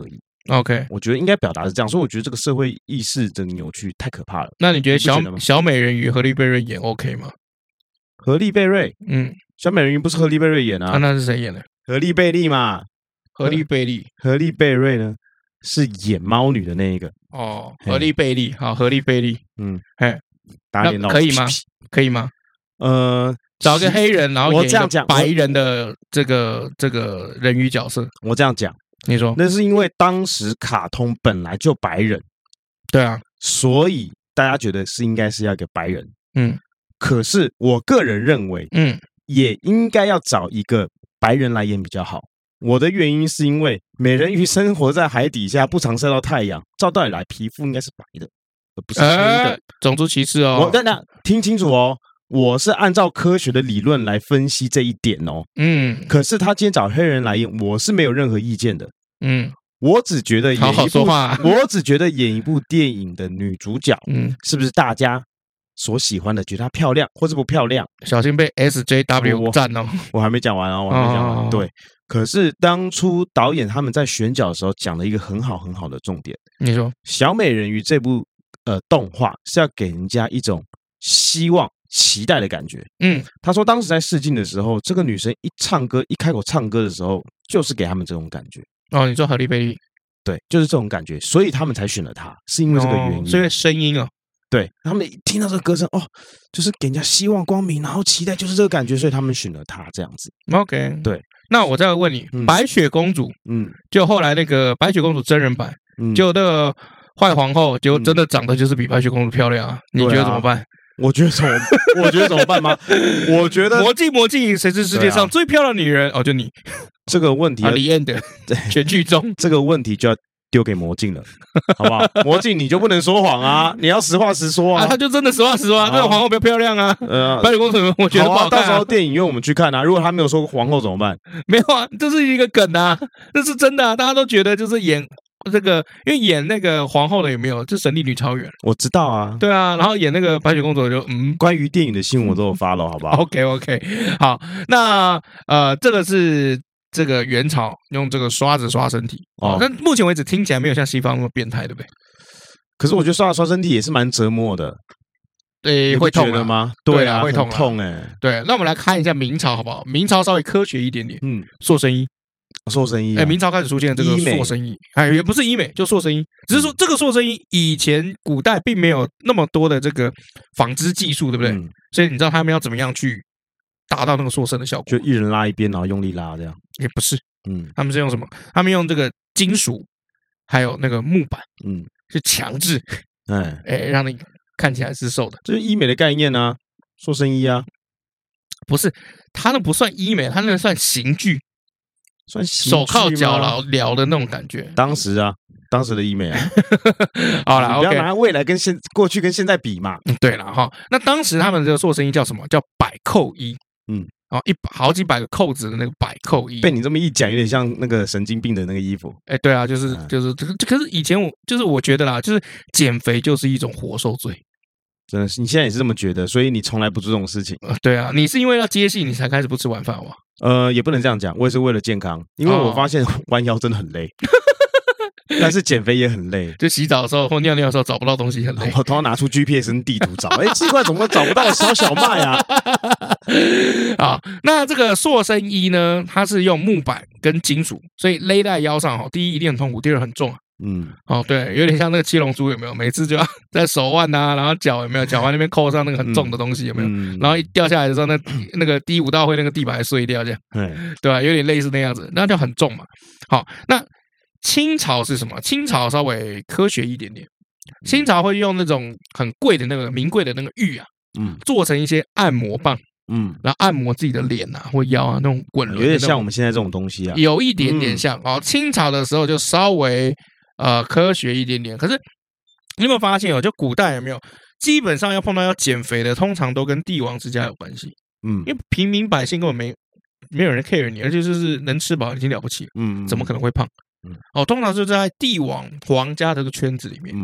OK， 我觉得应该表达是这样，所以我觉得这个社会意识的扭曲太可怕了。 那你觉得小小美人鱼何丽贝瑞演 OK 吗？ 何丽贝瑞，嗯，小美人鱼不是何丽贝瑞演啊？ 啊，那是谁演的？ 何丽贝利嘛。 何丽贝利， 何丽贝瑞呢？是演猫女的那一个。 哦，何丽贝利，好，何丽贝利，嗯，哎， 打脸可以吗？可以吗？呃，找个黑人，然后演一个白人的这个这个人鱼角色。 我这样讲， 你说， 那是因为当时卡通本来就白人， 对啊， 所以大家觉得是应该是要一个白人。 嗯， 可是我个人认为，嗯，也应该要找一个白人来演比较好。我的原因是因为美人鱼生活在海底下，不常晒到太阳，照道理来皮肤应该是白的，而不是黑的。 呃、种族歧视哦！ 我等等听清楚哦，我是按照科学的理论来分析这一点哦。嗯，可是他今天找黑人来演，我是没有任何意见的。嗯，我只觉得演一部， 好好说话啊、 我只觉得演一部电影的女主角，嗯，是不是大家所喜欢的，觉得她漂亮或是不漂亮？ 小心被 S J W 赞哦！ 我还没讲完哦，我还没讲完。哦、对。可是当初导演他们在选角的时候讲了一个很好很好的重点。 你说《 小美人鱼》这部呃动画是要给人家一种希望、期待的感觉。嗯，他说当时在试镜的时候，这个女生一唱歌、一开口唱歌的时候，就是给他们这种感觉。 哦，你说何丽贝利， 对，就是这种感觉，所以他们才选了她，是因为这个原因。 哦、是因为声音哦。 对，他们一听到这个歌声，哦，就是给人家希望、光明，然后期待，就是这个感觉，所以他们选了她这样子。 OK， 对。 那我再问你，嗯、白雪公主，嗯，就后来那个白雪公主真人版，嗯，就那个坏皇后，就真的长得就是比白雪公主漂亮啊！你觉得怎么办？ 啊、我觉得怎么？我觉得怎么办吗？我觉得魔镜魔镜，谁是世界上最漂亮的女人？哦，就你。 这个问题啊，李艳的全剧终， 这个问题就要丢给魔镜了，好不好？魔镜你就不能说谎啊，你要实话实说啊。 啊他就真的实话实说啊，这个皇后比较漂亮啊。呃，白雪公主我觉得不好看、啊。 到时候电影院我们去看啊。如果他没有说皇后怎么办？ 没有啊，这是一个梗啊，这是真的啊。大家都觉得就是演这个，因为演那个皇后的有没有？就神力女超人， 我知道啊。 对啊，然后演那个白雪公主就嗯， 关于电影的新闻我都有发了，好不好 ？OK OK， 好，那呃，这个是。这个元朝用这个刷子刷身体哦，但目前为止听起来没有像西方那么变态，对不对？ 可是我觉得刷子刷身体也是蛮折磨的， 对，会痛的吗？ 对啊，会痛痛哎。 对，那我们来看一下明朝好不好？明朝稍微科学一点点，嗯，塑身衣， 塑身衣， 哎，明朝开始出现这个塑身衣，哎，也不是医美，就塑身衣，只是说这个塑身衣以前古代并没有那么多的这个纺织技术，对不对？嗯、所以你知道他们要怎么样去达到那个塑身的效果？ 就一人拉一边，然后用力拉这样。 也不是，嗯，他们是用什么？他们用这个金属，还有那个木板，嗯，去强制，哎哎，让你看起来是瘦的， 这是医美的概念啊，塑身衣啊， 不是，他那不算医美，他那算刑具， 算手铐脚镣镣的那种感觉。 当时啊，当时的医美啊， 好了， 不要拿未来跟现过去跟现在比嘛。 嗯，对了哈，那当时他们这个塑身衣叫什么？叫百扣衣，嗯。哦，一好几百个扣子的那个百扣衣， 被你这么一讲，有点像那个神经病的那个衣服。 哎，对啊，就是就是这个，可是以前我就是我觉得啦，就是减肥就是一种活受罪， 真的是，你现在也是这么觉得，所以你从来不做这种事情。 呃、对啊，你是因为要接戏，你才开始不吃晚饭哇？ 呃，也不能这样讲，我也是为了健康，因为我发现弯腰真的很累。但是减肥也很累， 就洗澡的时候或尿尿的时候找不到东西很累， 我都要拿出 G P S 跟地图找。哎，奇怪，怎么找不到小小麦啊？ 好，那这个塑身衣呢，它是用木板跟金属，所以勒在腰上，第一一定很痛苦，第二很重啊。嗯，哦，对，有点像那个七龙珠，有没有？每次就要在手腕啊，然后脚有没有？脚腕那边扣上那个很重的东西，有没有？嗯、然后一掉下来的时候，那那个第五道会那个地板还碎掉，这样，对吧？有点类似那样子，那就很重嘛。好，那清朝是什么？清朝稍微科学一点点，清朝会用那种很贵的那个名贵的那个玉啊，嗯，做成一些按摩棒。嗯，然后按摩自己的脸啊或腰啊，那种滚轮， 有点像我们现在这种东西啊， 有一点点像。哦，清朝的时候就稍微呃科学一点点。可是你有没有发现哦？就古代有没有基本上要碰到要减肥的，通常都跟帝王之家有关系。嗯，因为平民百姓根本没没有人 care 你，而且就是能吃饱已经了不起了。嗯，怎么可能会胖？嗯，哦，通常是在帝王皇家这个圈子里面。嗯。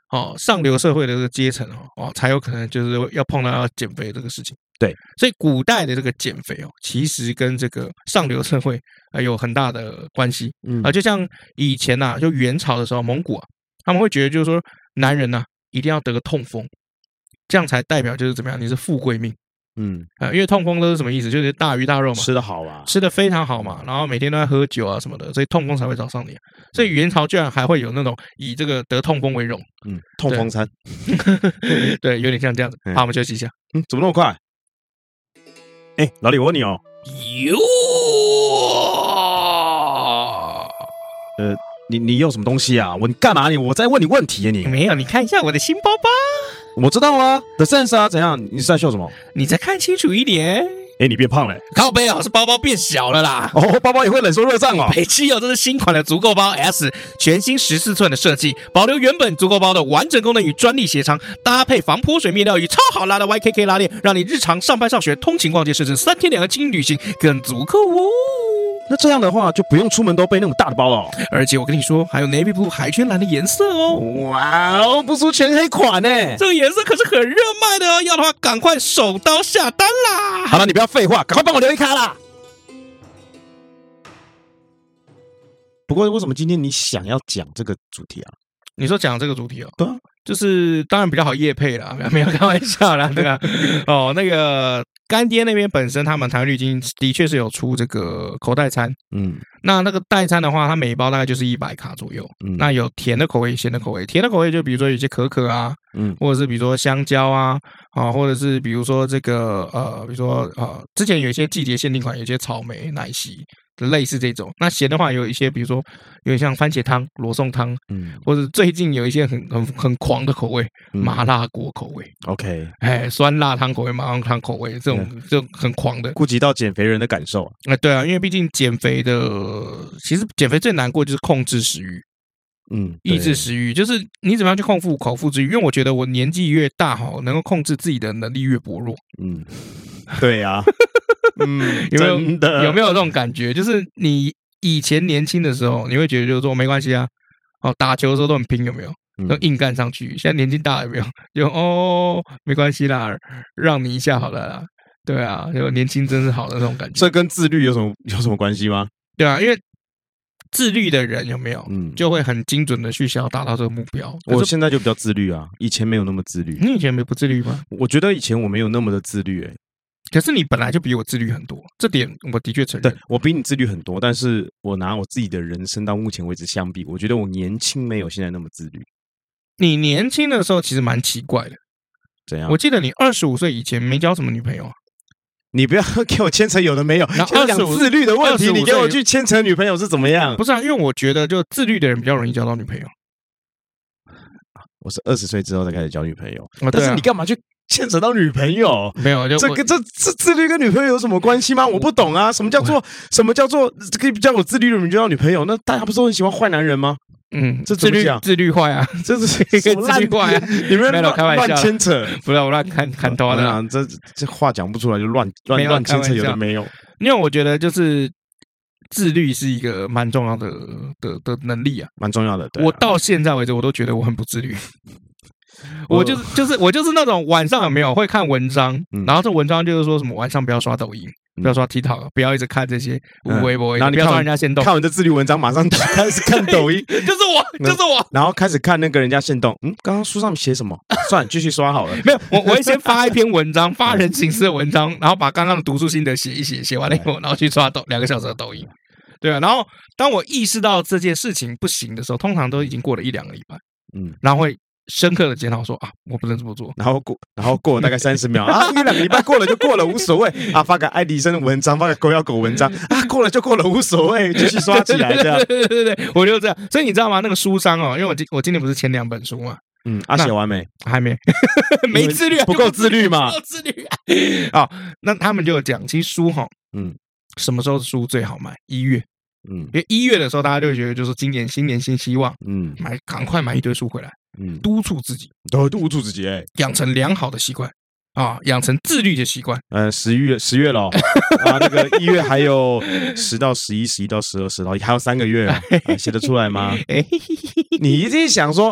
哦上流社会的这个阶层哦哦才有可能就是要碰到要减肥这个事情。 对， 所以古代的这个减肥哦，其实跟这个上流社会啊有很大的关系。嗯啊，就像以前呐、啊，就元朝的时候，蒙古啊，他们会觉得就是说，男人呐、啊、一定要得个痛风，这样才代表就是怎么样，你是富贵命。嗯啊，因为痛风都是什么意思？就是大鱼大肉嘛， 吃得好啊， 吃得非常好嘛，然后每天都在喝酒啊什么的，所以痛风才会找上你。所以元朝居然还会有那种以这个得痛风为荣， 嗯，痛风餐， 对，有点像这样子。好，我们休息一下。 嗯，怎么那么快？哎，老李，我问你哦， 哟， 呃，你你有什么东西啊？我你干嘛你？我在问你问题啊你！ 没有，你看一下我的新包包。 我知道啊 ，The Sense 啊，怎样？你是在秀什么？ 你再看清楚一点。 哎，你变胖了、欸， 靠背啊，是包包变小了啦。 哦，包包也会冷缩热胀哦。 北七哦，这是新款的足够包 S， 全新十四寸的设计，保留原本足够包的完整功能与专利鞋长，搭配防泼水面料与超好拉的 Y K K 拉链，让你日常上班、上学、通勤、逛街，甚至三天两个轻旅行更足够哦。 那这样的话，就不用出门都背那种大的包了、哦。 而且我跟你说，还有 navy blue 海军蓝的颜色哦。 哇哦，不出全黑款呢！ 这个颜色可是很热卖的哦，要的话赶快手刀下单啦！ 好了，你不要废话，赶快帮我留一卡啦！不过，为什么今天你想要讲这个主题啊？ 你说讲这个主题哦？ 对啊， 就是当然比较好业配啦，没有开玩笑啦，对吧？哦，那个。干爹那边本身，他们台湾绿金的确是有出这个口袋餐，嗯，那那个代餐的话，它每一包大概就是一百卡左右，嗯，那有甜的口味、咸的口味。甜的口味就比如说有些可可啊，嗯，或者是比如说香蕉啊，啊，或者是比如说这个呃，比如说呃，之前有一些季节限定款，有些草莓奶昔。类似这种，那咸的话有一些，比如说有点像番茄汤、罗宋汤，嗯，或者最近有一些很很很狂的口味，麻辣锅口味 ，OK， 哎，酸辣汤口味、麻辣汤口味，这种就很狂的， 顾及到减肥人的感受啊。 哎，对啊，因为毕竟减肥的，其实减肥最难过就是控制食欲，嗯，抑制食欲，就是你怎么样去控制口腹之欲。因为我觉得我年纪越大哈，能够控制自己的能力越薄弱。嗯， 对呀、啊。嗯， 有没有有没有这种感觉？就是你以前年轻的时候，你会觉得就是说没关系啊，哦，打球的时候都很拼，有没有？都硬干上去。现在年纪大有没有？就哦，没关系啦，让你一下好了啦。对啊，就年轻真是好的那种感觉。 这跟自律有什么有什么关系吗？ 对啊，因为自律的人有没有，嗯，就会很精准的去想要达到这个目标。 我现在就比较自律啊，以前没有那么自律。 你以前没不自律吗？ 我觉得以前我没有那么的自律、欸， 可是你本来就比我自律很多，这点我的确承认。 对，我比你自律很多，但是我拿我自己的人生到目前为止相比，我觉得我年轻没有现在那么自律。 你年轻的时候其实蛮奇怪的， 怎样？ 我记得你二十五岁以前没交什么女朋友啊。 你不要给我牵扯有的没有，先讲自律的问题，你给我去牵扯女朋友是怎么样？ 不是啊，因为我觉得就自律的人比较容易交到女朋友。 我是二十岁之后才开始交女朋友，哦啊、但是你干嘛去牵扯到女朋友？ 没有，就这个这这自律跟女朋友有什么关系吗？我不懂啊，什么叫做什么叫做可以叫我自律的人交到女朋友？那大家不是都很喜欢坏男人吗？嗯，这自律自律坏啊， 这是一个自律坏啊！你们乱乱牵扯， 不是我乱看看多了， 这这话讲不出来就乱乱乱牵扯，有的没有。 因为我觉得就是自律是一个蛮重要的的的能力啊， 蛮重要的。 我到现在为止，我都觉得我很不自律。我就是就是我就是那种晚上有没有会看文章，然后这文章就是说什么晚上不要刷抖音。不要刷 TikTok， 不要一直看这些无微博，然后你不要刷人家限动。 看完这自律文章，马上开始看抖音， 就是我，就是我。 然后开始看那个人家限动，嗯，刚刚书上面写什么？算了，继续刷好了。 没有，我我会先发一篇文章，发人形式的文章，然后把刚刚的读书心得写一写，写完了以后，然后去刷抖两个小时的抖音。对啊，然后当我意识到这件事情不行的时候，通常都已经过了一两个礼拜，嗯，然后会深刻的检讨说啊，我不能这么做。 然后过，然后过了大概三十秒啊，一两个礼拜过了就过了，无所谓啊。发个爱迪生的文章，发个狗咬狗文章啊，过了就过了，无所谓，继续刷起来这样。 对对对对，我就这样。所以你知道吗？那个书商哦，因为我今我今天不是签两本书嘛， 嗯，啊，写完没？ 还没，没自律， 不够自律嘛？ 不够自律啊！那他们就有讲，其实书哈，嗯，什么时候书最好卖？一月。嗯，因为一月的时候，大家就会觉得就是今年新年新希望，嗯，买赶快买一堆书回来，嗯，督促自己， 都督促自己，哎， 养成良好的习惯啊，养成自律的习惯。 呃，十月十月了啊，那个一月还有十到十一，十一到十二，十到还有三个月啊，写得出来吗？你一定想说，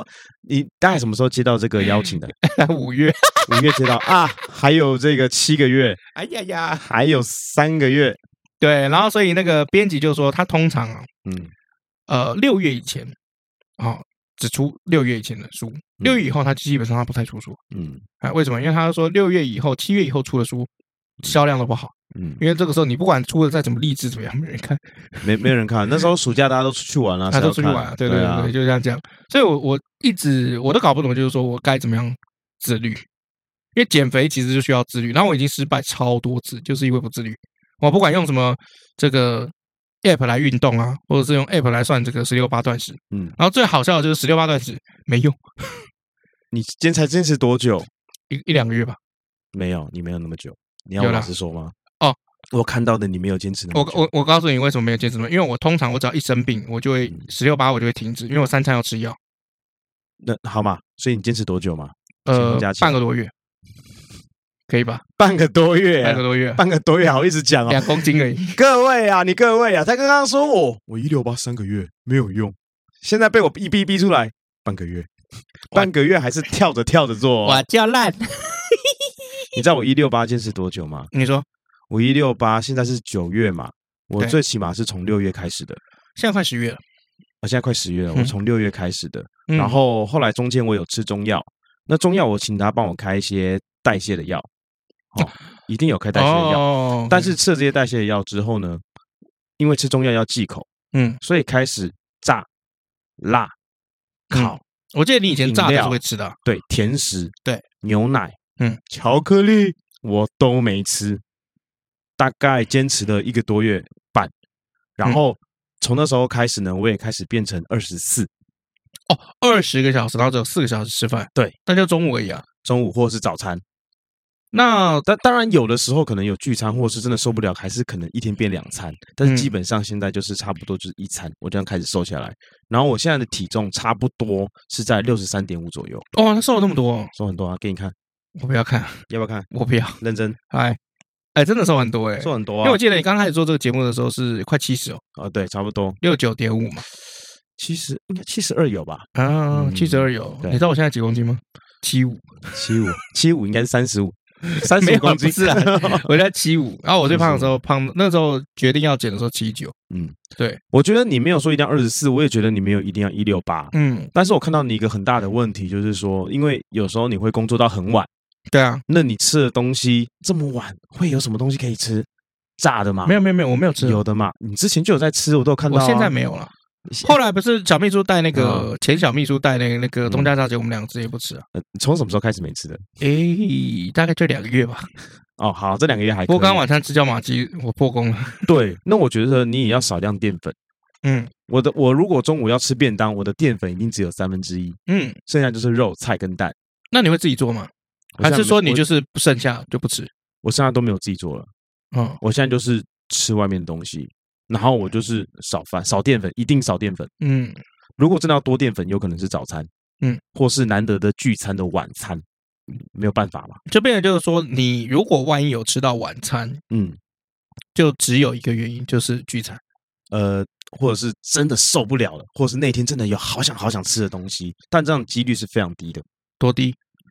你大概什么时候接到这个邀请的？ 五月， 五月接到啊，还有这个七个月， 哎呀呀， 还有三个月。 对，然后所以那个编辑就说，他通常啊，嗯，呃，六月以前，啊，只出六月以前的书，六月以后他基本上他不太出书。嗯，啊，为什么？因为他说六月以后、七月以后出的书销量都不好。嗯，因为这个时候你不管出的再怎么励志怎么样，没人看， 没没人看。那时候暑假大家都出去玩了， 他都出去玩了，对对对对，就像这样。所以我我一直我都搞不懂，就是说我该怎么样自律？因为减肥其实就需要自律，然后我已经失败超多次，就是因为不自律。我不管用什么这个 app 来运动啊，或者是用 app 来算这个十六八断食，嗯，然后最好笑的就是十六八断食没用。 你今天才坚持多久？ 一一两个月吧。 没有，你没有那么久。你要老实说吗？ 哦， 我看到的你没有坚持那么久。 我我我告诉你为什么没有坚持那么久，因为我通常我只要一生病，我就会十六八我就会停止，因为我三餐要吃药。 那好嘛，所以你坚持多久嘛？ 呃，半个多月，可以吧？ 半个多月， 半个多月， 半个多月，好意思讲哦， 两公斤而已。 各位啊，你各位啊，他刚刚说我我一六八三个月没有用，现在被我一逼逼出来，半个月，半个月还是跳着跳着做， 我叫烂。 你知道我一六八坚持多久吗？ 你说我一六八现在是九月嘛，我最起码是从六月开始的， 现在快十月了， 啊，现在快十月了，我从六月开始的，嗯、然后后来中间我有吃中药，那中药我请他帮我开一些代谢的药，哦，一定有开代谢的药，哦、但是吃了这些代谢的药之后呢，因为吃中药要忌口，嗯，所以开始炸、辣、烤。嗯、 我记得你以前炸的是会吃的， 对，甜食， 对， 牛奶。嗯，巧克力我都没吃，大概坚持了一个多月半，然后从那时候开始呢，我也开始变成二十四。 哦，二十个小时，然后只有四个小时吃饭， 对， 那就中午而已啊， 中午或是早餐。 那但当然有的时候可能有聚餐，或是真的受不了，还是可能一天变两餐。但是基本上现在就是差不多就是一餐，我这样开始瘦下来。然后我现在的体重差不多是在六十三点五左右。 哦，他瘦了那么多， 瘦很多啊，给你看。 我不要看， 要不要看？ 我不要， 认真。 哎，哎，真的瘦很多哎， 瘦很多啊！ 因为我记得你刚开始做这个节目的时候是快七十哦。 哦，对，差不多六九点五嘛， 七十应该七十二有吧？ 啊，七十二有。你知道我现在几公斤吗？七五， 七五，七五应该是三十五，三十公斤是啊。我在七五，然后我最胖的时候胖，那时候决定要减的时候七九。嗯，对， 我觉得你没有说一定要二十四，我也觉得你没有一定要一六八。嗯，但是我看到你一个很大的问题就是说，因为有时候你会工作到很晚。 对啊， 那你吃的东西这么晚，会有什么东西可以吃？炸的吗？ 没有没有没有，我没有吃。 有的嘛，你之前就有在吃，我都有看到、啊。 我现在没有了。后来不是小秘书带那个、嗯、前小秘书带那个那个东家炸鸡，我们两个直接不吃啊。 从、呃、什么时候开始没吃的？ 诶，大概就两个月吧。 哦，好，这两个月还可以。 不过刚晚餐吃椒麻鸡，我破功了。 对，那我觉得你也要少量淀粉。嗯，我的我如果中午要吃便当，我的淀粉一定只有三分之一。嗯，剩下就是肉、菜跟蛋。 那你会自己做吗？还是说你就是不剩下就不吃？ 我剩下都没有自己做了。嗯，我现在就是吃外面的东西，然后我就是少饭、少淀粉，一定少淀粉。嗯，如果真的要多淀粉，有可能是早餐，嗯，或是难得的聚餐的晚餐，没有办法嘛。 就变成就是说，你如果万一有吃到晚餐，嗯，就只有一个原因，就是聚餐。 呃，或者是真的受不了了，或者是那天真的有好想好想吃的东西，但这样几率是非常低的。 多低？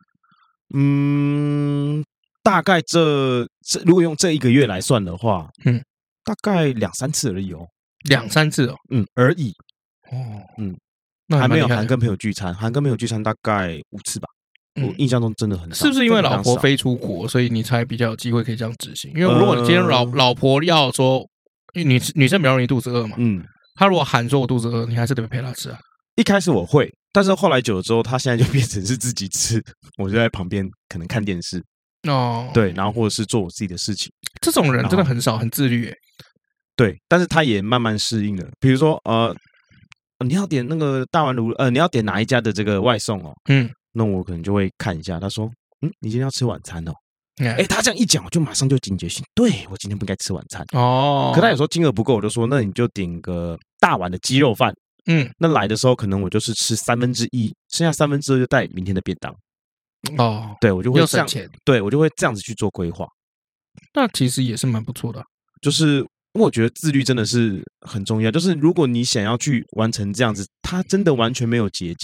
嗯，大概这这如果用这一个月来算的话，嗯，大概两三次而已哦， 两三次哦， 嗯而已，哦，嗯，那还没有含跟朋友聚餐，含跟朋友聚餐大概五次吧，我印象中真的很少。 是不是因为老婆飞出国，所以你才比较有机会可以这样执行？因为如果你今天老老婆要说，女女生比较容易肚子饿嘛，嗯，她如果喊说我肚子饿，你还是得陪她吃啊。 一开始我会。但是后来久了之后，他现在就变成是自己吃，我就在旁边可能看电视哦，对，然后或者是做我自己的事情。 这种人真的很少，很自律诶。 对，但是他也慢慢适应了。比如说，呃，你要点那个大丸炉，呃，你要点哪一家的这个外送哦？嗯，那我可能就会看一下。他说，嗯，你今天要吃晚餐哦？哎，他这样一讲，我就马上就警觉性，对我今天不该吃晚餐哦。可他有时候金额不够，我就说，那你就点个大碗的鸡肉饭。嗯，那来的时候可能我就是吃三分之一，剩下三分之二就带明天的便当。哦，对我就会这样，对我就会这样子去做规划。 那其实也是蛮不错的， 就是我觉得自律真的是很重要。就是如果你想要去完成这样子，它真的完全没有捷径。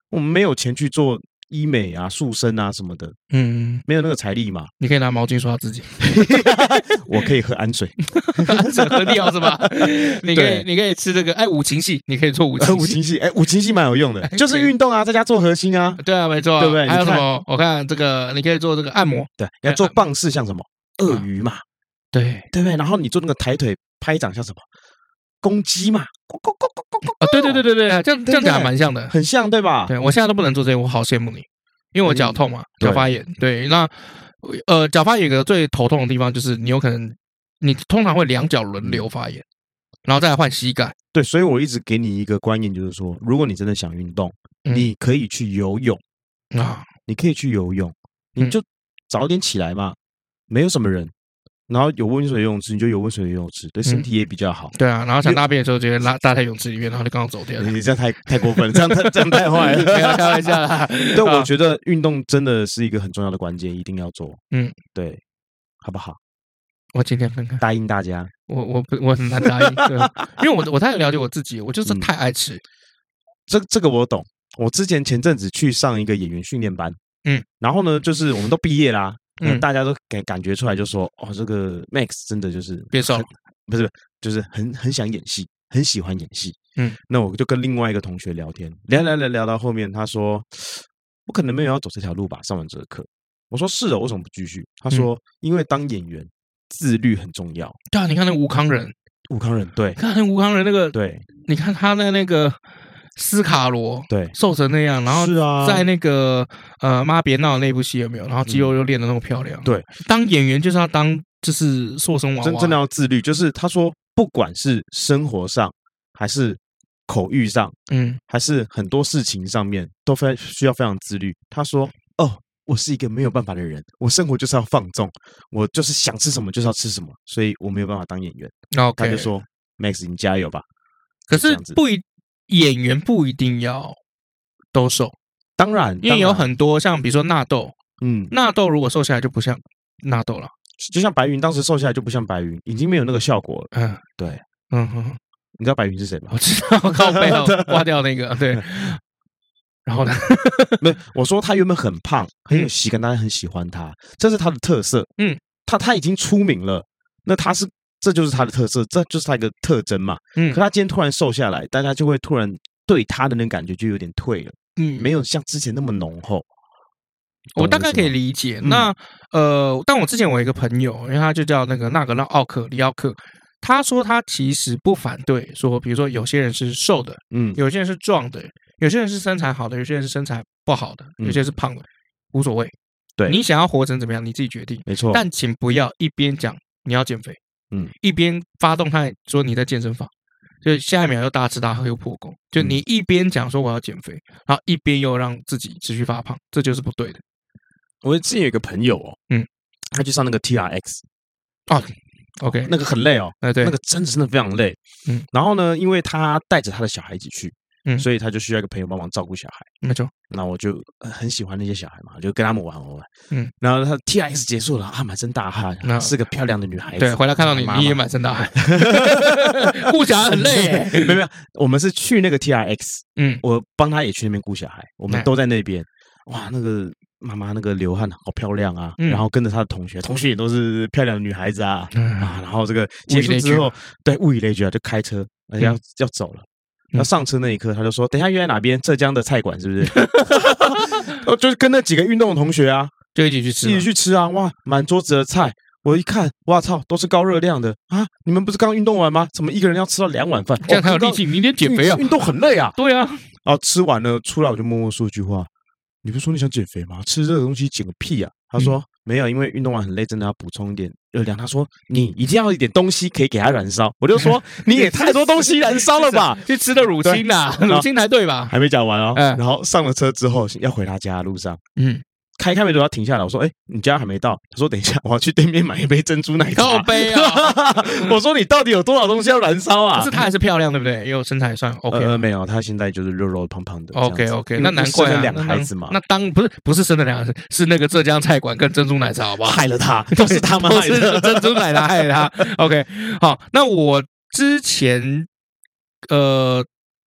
我们没有钱去做医美啊、塑身啊什么的，嗯，没有那个财力嘛。 你可以拿毛巾刷自己， 我可以喝氨水， 氨水喝掉是吧？你可以，你可以吃这个，哎，五禽戏，你可以做五禽戏， 五禽戏，哎，五禽戏蛮有用的，就是运动啊，在家做核心啊， 对啊，没错， 对不对？ 还有什么？我看这个，你可以做这个按摩， 对，要做棒式，像什么鳄鱼嘛， 对， 对不对？然后你做那个抬腿拍掌，像什么公鸡嘛， 啊，对对对对对，这样这样讲还蛮像的， 很像，对吧？ 对我现在都不能做这些，我好羡慕你。因为我脚痛嘛，脚发炎。对，那呃，脚发炎有个最头痛的地方就是你有可能，你通常会两脚轮流发炎，然后再来换膝盖。 对，所以我一直给你一个观念，就是说，如果你真的想运动，你可以去游泳啊，你可以去游泳，你就早点起来嘛，没有什么人。然后有温水游泳池，你就有温水游泳池，对身体也比较好。 对啊，然后想大便的时候，直接拉大在泳池里面，然后就刚好走掉。 你这样太太过分了，这样太这样太坏了， 不要开玩笑啦。 对，我觉得运动真的是一个很重要的关键，一定要做。嗯，对，好不好？ 我今天看看， 答应大家。 我我我很难答应，对，因为我我太了解我自己，我就是太爱吃。 这这个我懂。我之前前阵子去上一个演员训练班，嗯，然后呢，就是我们都毕业啦。嗯，大家都感感觉出来，就说哦，这个 Max 真的就是变瘦了， 不是，就是很很想演戏，很喜欢演戏。嗯，那我就跟另外一个同学聊天，聊聊聊聊到后面，他说我可能没有要走这条路吧。上完这个课，我说是的，为什么不继续？他说、嗯、因为当演员自律很重要。 对啊，你看那吴康仁， 吴康仁对， 看那吴康仁那个对， 你看他的那个。斯卡罗对瘦成那样，然后在那个呃妈别闹那部戏有没有？然后肌肉又练得那么漂亮。 对， 当演员就是要当就是塑身娃娃， 真真的要自律。就是他说，不管是生活上还是口欲上，嗯，还是很多事情上面，都非需要非常自律。他说：“哦，我是一个没有办法的人，我生活就是要放纵，我就是想吃什么就是要吃什么，所以我没有办法当演员。” OK， 他就说 ：“Max， 你加油吧。” 可是不一。演员不一定要都瘦， 当然， 因为有很多像比如说纳豆，嗯，纳豆如果瘦下来就不像纳豆了， 就像白云当时瘦下来就不像白云，已经没有那个效果了。嗯，对，嗯哼，你知道白云是谁吗？ 我知道，靠背后刮掉那个，对。然后呢？ 没，我说他原本很胖，很有喜感，大家很喜欢他，这是他的特色。嗯，他他已经出名了，那他是。这就是他的特色，这就是他一个特征嘛。嗯，可他今天突然瘦下来，大家就会突然对他的那感觉就有点退了。嗯，没有像之前那么浓厚。 我大概可以理解。嗯、那呃，但我之前我有一个朋友，因为他就叫那个纳格拉奥克里奥克，他说他其实不反对说，比如说有些人是瘦的，嗯，有些人是壮的，有些人是身材好的，有些人是身材不好的，有些人是胖的，无所谓。 对， 你想要活成怎么样，你自己决定。 没错， 但请不要一边讲你要减肥。嗯，一边发动态说你在健身房，就下一秒又大吃大喝又破功，就你一边讲说我要减肥，然后一边又让自己持续发胖，这就是不对的。 我之前有一个朋友哦，嗯，他去上那个 T R X 哦 ，OK， 那个很累哦， 哎对， 那个真的真的非常累。嗯，然后呢，因为他带着他的小孩一起去。嗯，所以他就需要一个朋友帮忙照顾小孩， 没错。 那我就很喜欢那些小孩嘛，就跟他们玩玩玩。嗯，然后他 T R X 结束了啊，满身大汗，是个漂亮的女孩子。 对，回来看到你，你也满身大汗，顾小孩很累。 没有没有，我们是去那个 T R X， 嗯，我帮他也去那边顾小孩，我们都在那边。哇，那个妈妈那个流汗好漂亮啊，然后跟着他的同学，同学也都是漂亮的女孩子啊啊，然后这个结束之后，对，物以类聚啊，就开车要要走了。那上车那一刻，他就说：“等一下约在哪边？浙江的菜馆是不是？”就是跟那几个运动的同学啊， 就一起去吃， 一起去吃啊！哇，满桌子的菜，我一看，哇操，都是高热量的啊！你们不是刚运动完吗？怎么一个人要吃到两碗饭？ 这样才有力气，明天减肥啊！ 运动很累啊。 对啊， 然后吃完了出来，我就默默说一句话：“你不是说你想减肥吗？吃这个东西减个屁啊！”他说。没有，因为运动完很累，真的要补充一点热量。他说：“你一定要一点东西可以给他燃烧。”我就说：“你也太多东西燃烧了吧？ 去吃的乳清啦，乳清才对吧？” 还没讲完哦。然后上了车之后，要回他家的路上，嗯，开开没多少停下来。我说：“哎，你家还没到？”他说：“等一下，我要去对面买一杯珍珠奶茶。” 靠杯啊！ 我说：“你到底有多少东西要燃烧啊？” 可是她还是漂亮，对不对？因为身材算 OK。 呃，没有，她现在就是肉肉胖胖的。 OK OK， 那难怪两个孩子嘛。 那当不是不是生了两个孩子，是那个浙江菜馆跟珍珠奶茶，好不好？ 害了他，都是他们害的， 珍珠奶茶害了他。OK， 好，那我之前呃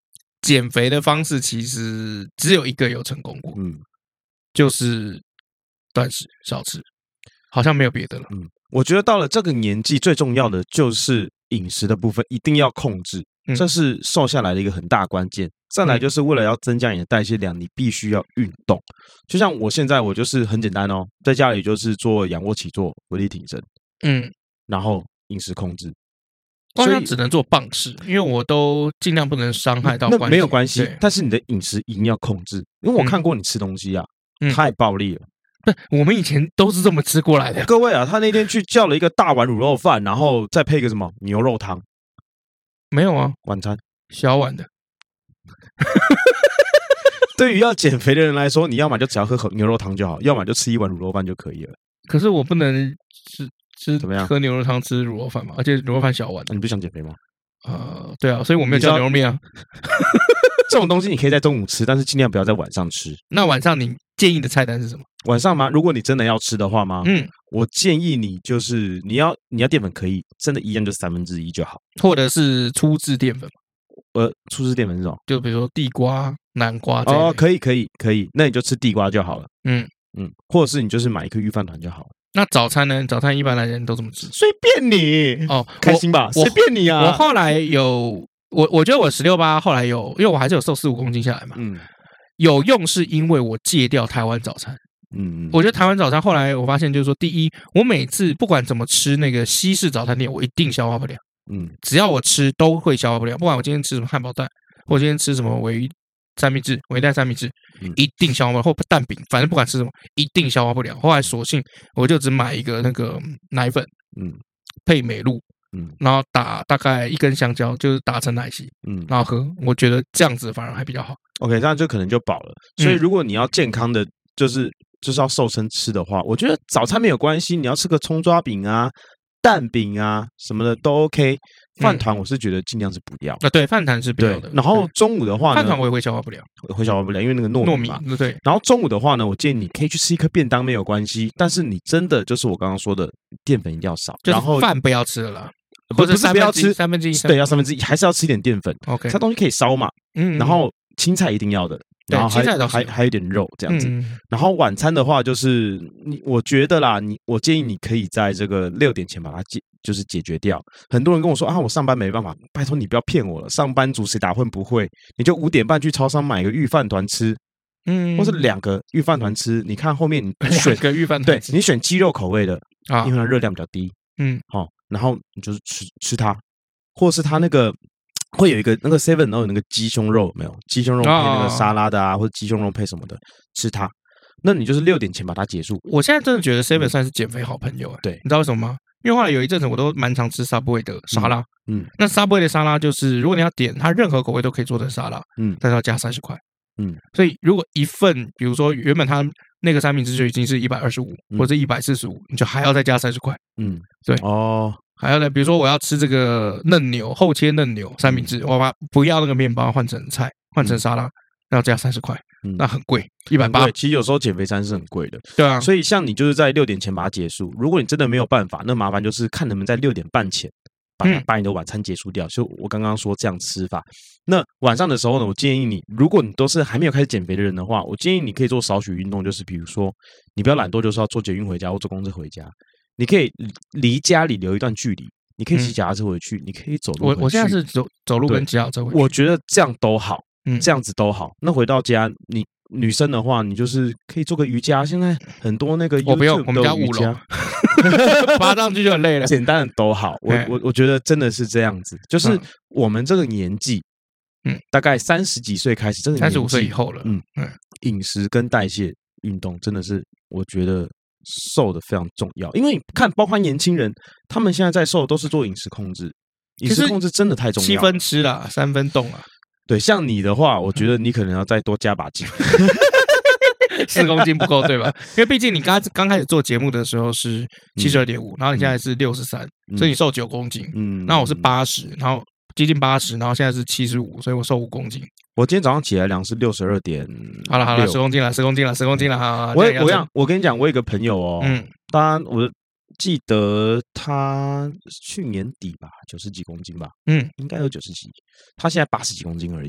减肥的方式其实只有一个有成功过，嗯，就是断食少吃，好像没有别的了。 嗯，我觉得到了这个年纪，最重要的就是饮食的部分一定要控制，嗯、这是瘦下来的一个很大关键。再来就是为了要增加你的代谢量，你必须要运动。就像我现在，我就是很简单哦，在家里就是做仰卧起坐、伏地挺身，嗯，然后饮食控制。 所以只能做棒式，因为我都尽量不能伤害到关节。 那没有关系，但是你的饮食一定要控制，因为我看过你吃东西啊，嗯、太暴力了。 不，我们以前都是这么吃过来的。 各位啊，他那天去叫了一个大碗卤肉饭，然后再配个什么牛肉汤。 没有啊， 晚餐小碗的。 对于要减肥的人来说，你要么就只要喝口牛肉汤就好，要么就吃一碗卤肉饭就可以了。 可是我不能吃。吃怎么样？ 喝牛肉汤，吃卤肉饭嘛，而且卤肉饭小碗。 你不想减肥吗？ 呃，对啊，所以我没有叫牛肉面啊。 这种东西你可以在中午吃，但是尽量不要在晚上吃。 那晚上你建议的菜单是什么？ 晚上吗？如果你真的要吃的话吗？嗯，我建议你就是你要你要淀粉可以，真的一样就三分之一就好， 或者是粗制淀粉。 呃，粗制淀粉是什么？ 就比如说地瓜、南瓜。 哦，可以可以可以，那你就吃地瓜就好了。嗯嗯，或者是你就是买一颗御饭团就好了。 那早餐呢？早餐一般来人都这么吃， 随便你哦，开心吧，随便你啊。 我后来有我，我觉得我十六八后来有，因为我还是有瘦四五公斤下来嘛。嗯，有用是因为我戒掉台湾早餐。嗯，我觉得台湾早餐后来我发现就是说，第一，我每次不管怎么吃那个西式早餐店，我一定消化不了。嗯，只要我吃都会消化不了，不管我今天吃什么汉堡蛋，或今天吃什么维三明治、维蛋三明治，一定消化不了，或蛋饼，反正不管吃什么，一定消化不了。后来索性我就只买一个那个奶粉，嗯，配美露，嗯，然后打大概一根香蕉，就是打成奶昔，嗯，然后喝。我觉得这样子反而还比较好。 OK， 这样就可能就饱了。所以如果你要健康的，就是就是要瘦身吃的话，我觉得早餐没有关系，你要吃个葱抓饼啊、蛋饼啊什么的都 OK。饭团我是觉得尽量是不要啊，对，饭团是不要的。 然后中午的话呢， 饭团我也会消化不了， 会消化不了，因为那个糯米嘛。 对。 然后中午的话呢，我建议你可以去吃一颗便当没有关系，但是你真的就是我刚刚说的，淀粉一定要少， 然后饭不要吃了啦， 或者是不要吃三分之一， 对，要三分之一，还是要吃一点淀粉。OK， 它东西可以烧嘛，嗯，然后青菜一定要的。然后还还还有点肉这样子，嗯、然后晚餐的话就是你，我觉得啦，你我建议你可以在这个六点前把它解，就是解决掉。很多人跟我说啊，我上班没办法，拜托你不要骗我了，上班族谁打混不会？你就五点半去超商买个御饭团吃，嗯，或是两个御饭团吃。你看后面你选个御饭团， 对你选鸡肉口味的啊，因为它热量比较低，嗯，好、哦，然后你就是吃吃它，或是它那个。会有一个那个 seven 然后有那个鸡胸肉有没有？鸡胸肉配那个沙拉的啊，或者鸡胸肉配什么的，吃它。那你就是六点前把它结束。 我现在真的觉得 seven 算是减肥好朋友、欸。对，你知道为什么吗？因为后来有一阵子我都蛮常吃 Subway 的沙拉。嗯，嗯那 Subway 的沙拉就是如果你要点它任何口味都可以做成沙拉，嗯，但是要加三十块。嗯，所以如果一份，比如说原本它那个三明治就已经是一百二十五或者一百四十五，你就还要再加三十块。嗯，对哦。还有呢，比如说我要吃这个嫩牛厚切嫩牛三明治，我把不要那个面包换成菜，换成沙拉，要加三十块，那很贵，一百八。 对，其实有时候减肥餐是很贵的， 对啊。 所以像你就是在六点前把它结束，如果你真的没有办法，那麻烦就是看能不能在六点半前把它把你的晚餐结束掉。就我刚刚说这样吃法。那晚上的时候呢，我建议你，如果你都是还没有开始减肥的人的话，我建议你可以做少许运动，就是比如说你不要懒惰，就是要坐捷运回家或坐公车回家。你可以离家里留一段距离，你可以骑脚踏车回去，嗯、你可以走路回去。 我我现在是走走路跟骑脚踏车回去。 我觉得这样都好，嗯，这样子都好。那回到家，你女生的话，你就是可以做个瑜伽。现在很多那个 YouTube 我不用，我们家五楼，爬上去就很累了。 简单的都好，我我我觉得真的是这样子，就是我们这个年纪，嗯，大概三十几岁开始，真的三十五岁以后了， 嗯嗯，饮食跟代谢运动真的是，我觉得。瘦的非常重要，因为你看，包括年轻人，他们现在在瘦都是做饮食控制，饮食控制真的太重要了。 七分吃啦，三分动啊。 对，像你的话，我觉得你可能要再多加把劲， 四公斤不够，对吧？因为毕竟你刚刚开始做节目的时候是七十二点五，然后你现在是六十三，所以你瘦九公斤。嗯，那我是八十，然后接近八十，然后现在是七十五，所以我瘦五公斤。 我今天早上起来量是六十二点， 好了好了，十公斤了，十公斤了，十公斤了，好。 我我讲，我跟你讲，我有一个朋友哦，嗯，当然我记得他去年底吧，九十几公斤吧，嗯，应该有九十几，他现在八十几公斤而已，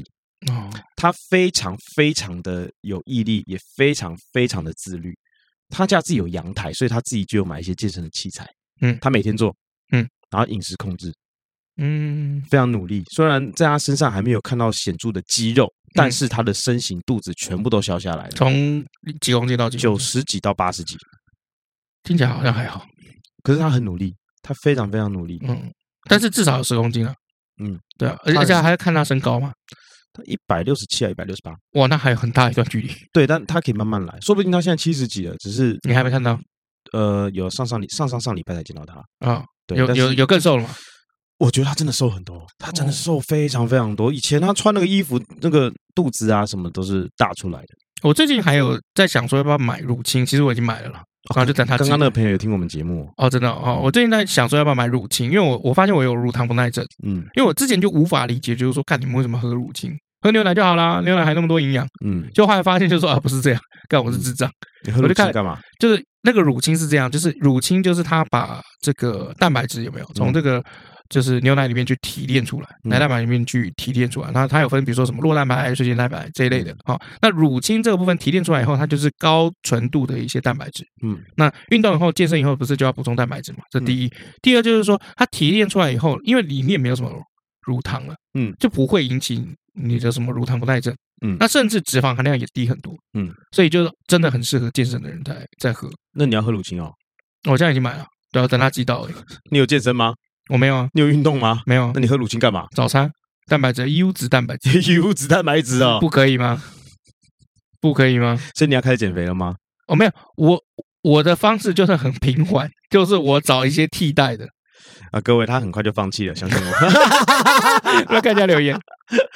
哦，他非常非常的有毅力，也非常非常的自律。他家自己有阳台，所以他自己就有买一些健身的器材。嗯，他每天做，嗯，然后饮食控制，嗯，非常努力。虽然在他身上还没有看到显著的肌肉，但是他的身形、肚子全部都消下来了。 从几公斤到几？ 九十几到八十几， 听起来好像还好。 可是他很努力，他非常非常努力。嗯， 但是至少有十公斤啊。嗯，对啊，而且还要看他身高嘛。 他一百六十七啊，一百六十八。 哇，那还有很大一段距离。 对，但他可以慢慢来，说不定他现在七十几了，只是你还没看到。 呃，有上上礼上上上礼拜才见到他啊。对，有有有更瘦了吗？ 我觉得他真的瘦很多，他真的瘦非常非常多。以前他穿那个衣服，那个肚子啊什么都是大出来的。 我最近还有在想说要不要买乳清，其实我已经买了啦。然后就等他。 刚刚那个朋友有听我们节目哦，真的哦。我最近在想说要不要买乳清，因为我我发现我有乳糖不耐症。嗯，因为我之前就无法理解，就是说，看你们为什么喝乳清，喝牛奶就好啦，牛奶还那么多营养。嗯，就后来发现就是说啊，不是这样，干我是智障。 你喝乳清干嘛？ 就是那个乳清是这样，就是乳清就是它把这个蛋白质有没有从这个。就是牛奶里面去提炼出来，奶蛋白里面去提炼出来，然后它有分，比如说什么酪蛋白、水解蛋白这一类的。好，那乳清这个部分提炼出来以后，它就是高纯度的一些蛋白质。嗯，那运动以后、健身以后，不是就要补充蛋白质嘛？这第一。第二就是说，它提炼出来以后，因为里面没有什么乳糖了，嗯，就不会引起你的什么乳糖不耐症。嗯，那甚至脂肪含量也低很多。嗯，所以就真的很适合健身的人在在喝。 那你要喝乳清哦？ 我现在已经买了，对啊，等它寄到而已。 你有健身吗？ 我没有啊。 你有运动吗？ 没有。 那你喝乳清干嘛？ 早餐蛋白质，优质蛋白质， 优质蛋白质哦， 不可以吗？不可以吗？ 所以你要开始减肥了吗？ 哦，没有，我我的方式就是很平缓，就是我找一些替代的啊。各位，他很快就放弃了，相信我。 要看一下留言。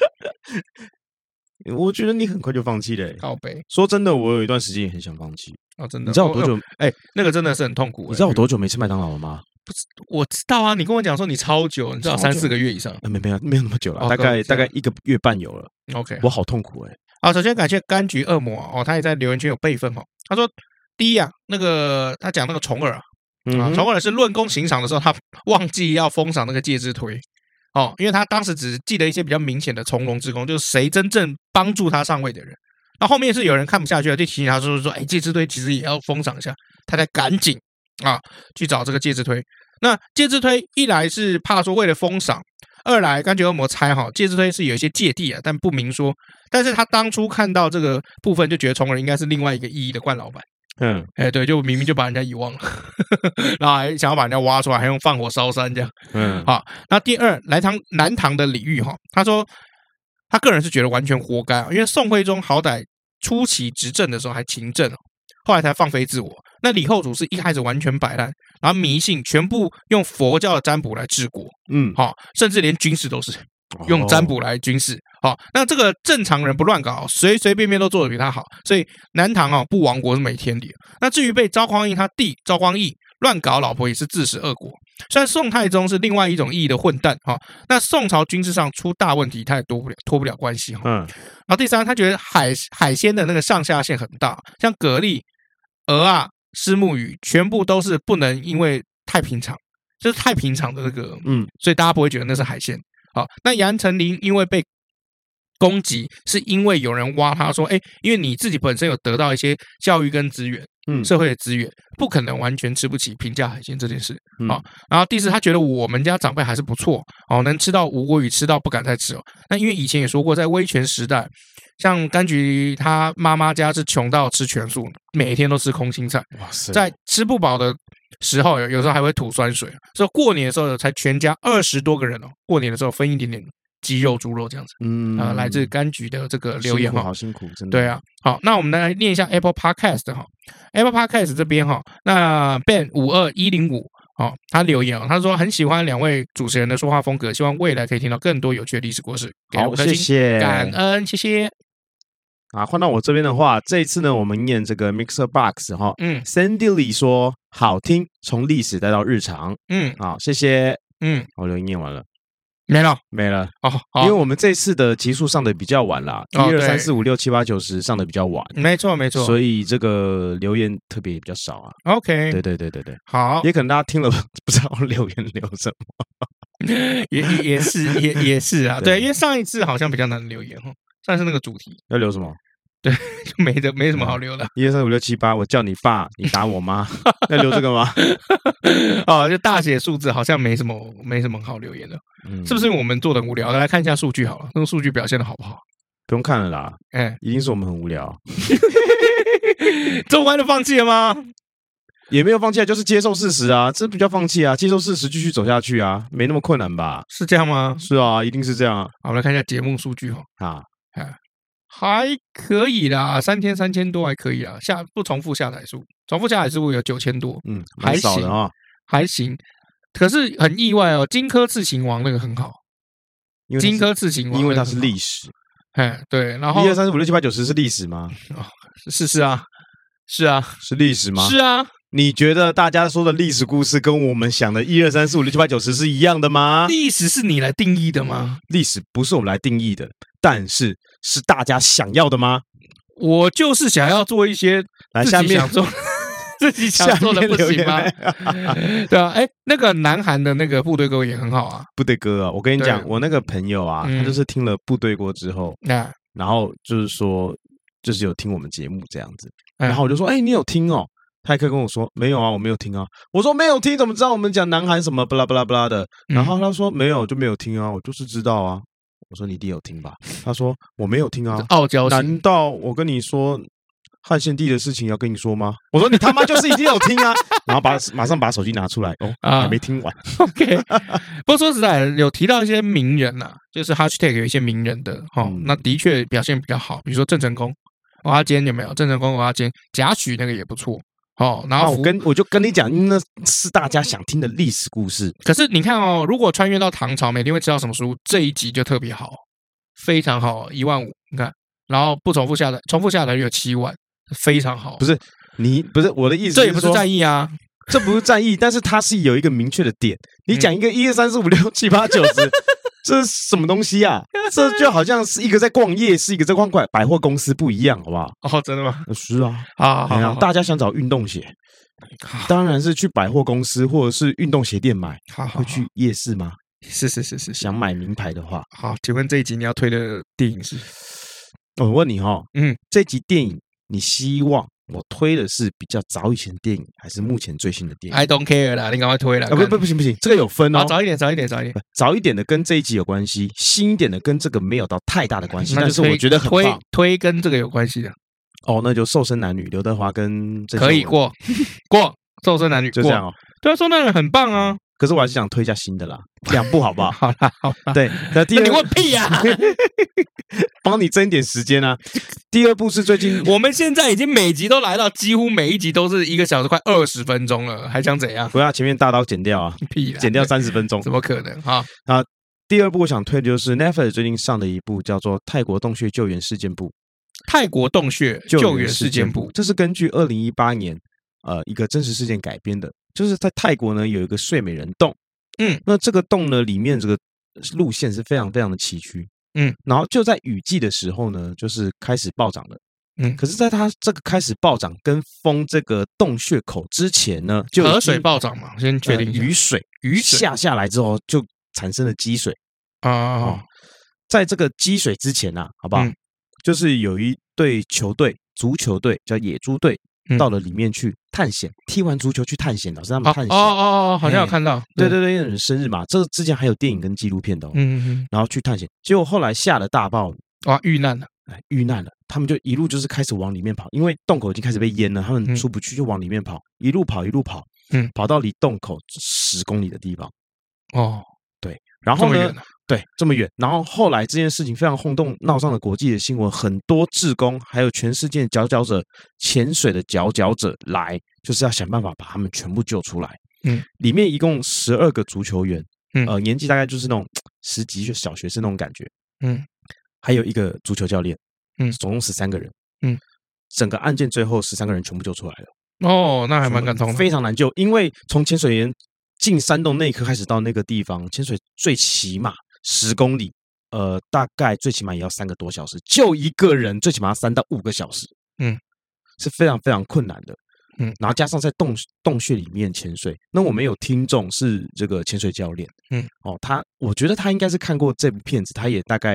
我觉得你很快就放弃了。 靠北。 说真的，我有一段时间也很想放弃。 哦，真的。 你知道我多久？ 哎，那个真的是很痛苦。 你知道我多久没吃麦当劳了吗？ 不是，我知道啊，你跟我讲说你超久，你知道三四个月以上， 没没有没有那么久了，大概大概一个月半有了。 OK， 我好痛苦哎。 好，首先感谢柑橘恶魔哦，他也在留言区有备份哦。他说，第一啊，那个他讲那个虫儿啊，啊，虫儿是论功行赏的时候，他忘记要封赏那个介之推哦，因为他当时只记得一些比较明显的从龙之功，就是谁真正帮助他上位的人。那后面是有人看不下去了，就提醒他说说，哎，介之推其实也要封赏一下，他才赶紧。啊，去找这个介之推。那介之推一来是怕说为了封赏，二来柑橘恶魔猜哈，介之推是有一些芥蒂啊，但不明说。但是他当初看到这个部分，就觉得虫儿应该是另外一个意义的冠老板。嗯，哎，对，就明明就把人家遗忘了，然后还想要把人家挖出来，还用放火烧山这样。嗯，好，那第二，来唐南唐的李煜哈，他说他个人是觉得完全活该啊，因为宋徽宗好歹初期执政的时候还勤政哦。后来才放飞自我。那李后主是一开始完全摆烂，然后迷信，全部用佛教的占卜来治国，嗯，好，甚至连军事都是用占卜来军事。好，那这个正常人不乱搞，随随便便都做得比他好，所以南唐啊不亡国是没天理。那至于被赵匡胤他弟赵光义乱搞老婆，也是自食恶果。虽然宋太宗是另外一种意义的混蛋哈，那宋朝军事上出大问题，他也脱不了脱不了关系哈。嗯，然后第三，他觉得海海鲜的那个上下限很大，像蛤蜊、鹅啊、虱目鱼，全部都是不能因为太平常，就是太平常的那个，嗯，所以大家不会觉得那是海鲜。好，那杨丞琳因为被攻击，是因为有人挖他说，哎，因为你自己本身有得到一些教育跟资源，嗯，社会的资源，不可能完全吃不起平价海鲜这件事。好，然后第四，他觉得我们家长辈还是不错，哦，能吃到吴郭鱼，吃到不敢再吃哦。那因为以前也说过，在威权时代，像柑橘他妈妈家是穷到吃全素，每天都吃空心菜，哇塞，在吃不饱的时候，有有时候还会吐酸水。所以过年的时候才全家二十多个人哦，过年的时候分一点点鸡肉、猪肉这样子。嗯，啊、呃，来自柑橘的这个留言哈， 好辛苦，真的。 对啊，好，那我们来念一下 Apple Podcast 哈 ，Apple Podcast 这边哈，那 Ben 五二一零五。哦，他留言哦，他说很喜欢两位主持人的说话风格，希望未来可以听到更多有趣的历史故事。 好，谢谢， 感恩，谢谢。 啊，换到我这边的话，这一次呢，我们念这个 Mixer Box 哈，嗯 ，Sandy 里说好听，从历史带到日常，嗯，好，谢谢，嗯，我留言念完了。 没了， 没了哦，因为我们这次的集数上的比较晚啦，一二三四五六七八九十上的比较晚， 没错没错， 所以这个留言特别比较少啊。 OK， 对对对对对， 好， 也可能大家听了不知道留言留什么， 也也是也也是啊，对，因为上一次好像比较难留言哈， 算是那个主题。 要留什么？ 对，就没的，没什么好留的。 一二三五六七八，我叫你爸，你打我妈，要留这个吗？ 哦，就大写数字好像没什么，没什么好留言的，嗯、是不是我们做的无聊？来看一下数据好了，那个数据表现的好不好？ 不用看了啦，哎、欸，一定是我们很无聊。 这么快就放弃了吗？ 也没有放弃啊，就是接受事实啊，这不叫放弃啊，接受事实继续走下去啊，没那么困难吧？ 是这样吗？ 是啊，一定是这样、啊。 好，我们来看一下节目数据哈。 啊， 哎。还可以啦，三天三千多还可以啦，下不重复下载数，重复下载数有九千多， 嗯，还少的啊， 还行。可是很意外哦，荆轲刺秦王那个很好，荆轲刺秦王， 因为它是历史， 哎，对，然后一二三四五六七八九十是历史吗？ 哦，是是啊，是啊， 是历史吗？ 是啊。 你觉得大家说的历史故事跟我们想的一二三四五六七八九十是一样的吗？ 历史是你来定义的吗？ 历史不是我们来定义的，但是是大家想要的吗？ 我就是想要做一些来下面想做自己想做的，不行吗？对啊，哎，那个南韩的那个部队歌也很好啊， 部队歌啊，我跟你讲，我那个朋友啊，他就是听了部队歌之后， 那然后就是说，就是有听我们节目这样子，然后我就说，哎，你有听哦？他还可以跟我说没有啊，我没有听啊。我说没有听，怎么知道我们讲南韩什么不啦不啦不啦的？然后他说没有，就没有听啊，我就是知道啊。我说你一定有听吧？他说我没有听啊， 傲娇。 难道我跟你说汉献帝的事情要跟你说吗？我说你他妈就是一定有听啊。然后把马上把手机拿出来，哦，啊、还没听完。 OK， 不过说实在的，有提到一些名人呐、啊，就是 hashtag 有一些名人的哈、哦嗯，那的确表现比较好，比如说郑成功、王阿坚有没有？郑成功、王阿坚、贾诩那个也不错。哦，然后、 啊、我跟我就跟你讲，那是大家想听的历史故事。 可是你看哦，如果穿越到唐朝，每天会知道什么书？这一集就特别好，非常好，一万五，你看，然后不重复下来，重复下来有七万，非常好。 不是你不是我的意思是， 这也不是战役啊， 这不是战役，但是它是有一个明确的点。你讲一个一二三四五六七八九十。这是什么东西啊？这就好像是一个在逛夜市，一个在逛百货公司，不一样，好不好？ 哦，真的吗？ 是啊， 啊，好好好大家想找运动鞋，当然是去百货公司或者是运动鞋店买。 好好好， 会去夜市吗？ 是是是是， 想买名牌的话， 好，请问这一集你要推的电影是？ 我问你哈、哦， 嗯， 这集电影你希望我推的是比较早以前的电影，还是目前最新的电影 ？I don't care 啦，你赶快推了。 啊，不不不行不行，这个有分哦。 早一点，早一点，早一点。 早一点的跟这一集有关系，新一点的跟这个没有到太大的关系，但是我觉得很棒。推推跟这个有关系的， 哦，那就瘦身男女，刘德华跟郑秀文可以过过瘦身男女， 就这样哦。 对啊，瘦身男女很棒啊。 可是我还是想推一下新的啦，两部好不好？ 好啦好啦， 对，那第二你问屁呀、啊！ 帮你争一点时间啊。第二部是最近， 我们现在已经每集都来到几乎每一集都是一个小时快二十分钟了，还想怎样？ 不要前面大刀剪掉啊， 屁啦， 剪掉三十分钟， 怎么可能？哈啊！第二部我想推的就是 Netflix 最近上的一部叫做《泰国洞穴救援事件簿》。 泰国洞穴救援事件簿， 这是根据二零一八年呃一个真实事件改编的。就是在泰国呢有一个睡美人洞， 嗯， 那这个洞呢里面这个路线是非常非常的崎岖， 嗯， 然后就在雨季的时候呢，就是开始暴涨了， 嗯， 可是在它这个开始暴涨跟封这个洞穴口之前呢，就河水暴涨嘛，先确定、呃、 雨水雨水下下来之后就产生了积水啊、哦， 在这个积水之前啊，好不好？嗯、就是有一队球队，足球队叫野猪队。到了里面去探险，踢完足球去探险，老师他们探险。 哦哦哦，好像有看到。 对对对，因为生日嘛，这之前还有电影跟纪录片的、哦。 嗯嗯。 然后去探险，结果后来下了大暴雨， 哇，遇难了， 哎，遇难了。他们就一路就是开始往里面跑，因为洞口已经开始被淹了，他们出不去，就往里面跑，一路跑一路跑， 嗯， 跑到离洞口十公里的地方。 哦， 对，然后呢？ 啊、 对，这么远。然后后来这件事情非常轰动，闹上了国际的新闻，很多志工还有全世界佼佼者、潜水的佼佼者来，就是要想办法把他们全部救出来。 嗯， 里面一共十二个足球员， 嗯， 呃，年纪大概就是那种十几岁小学生那种感觉。 嗯， 还有一个足球教练， 嗯， 总共十三个人。 嗯， 整个案件最后十三个人全部救出来了。 哦，那还蛮感动的， 非常难救，因为从潜水员进山洞那一刻开始到那个地方，潜水最起码十公里。呃，大概最起码也要三个多小时，就一个人最起码要三到五个小时， 嗯， 是非常非常困难的， 嗯， 然后加上在洞洞穴里面潜水，那我们有听众是这个潜水教练， 嗯， 哦，他我觉得他应该是看过这部片子，他也大概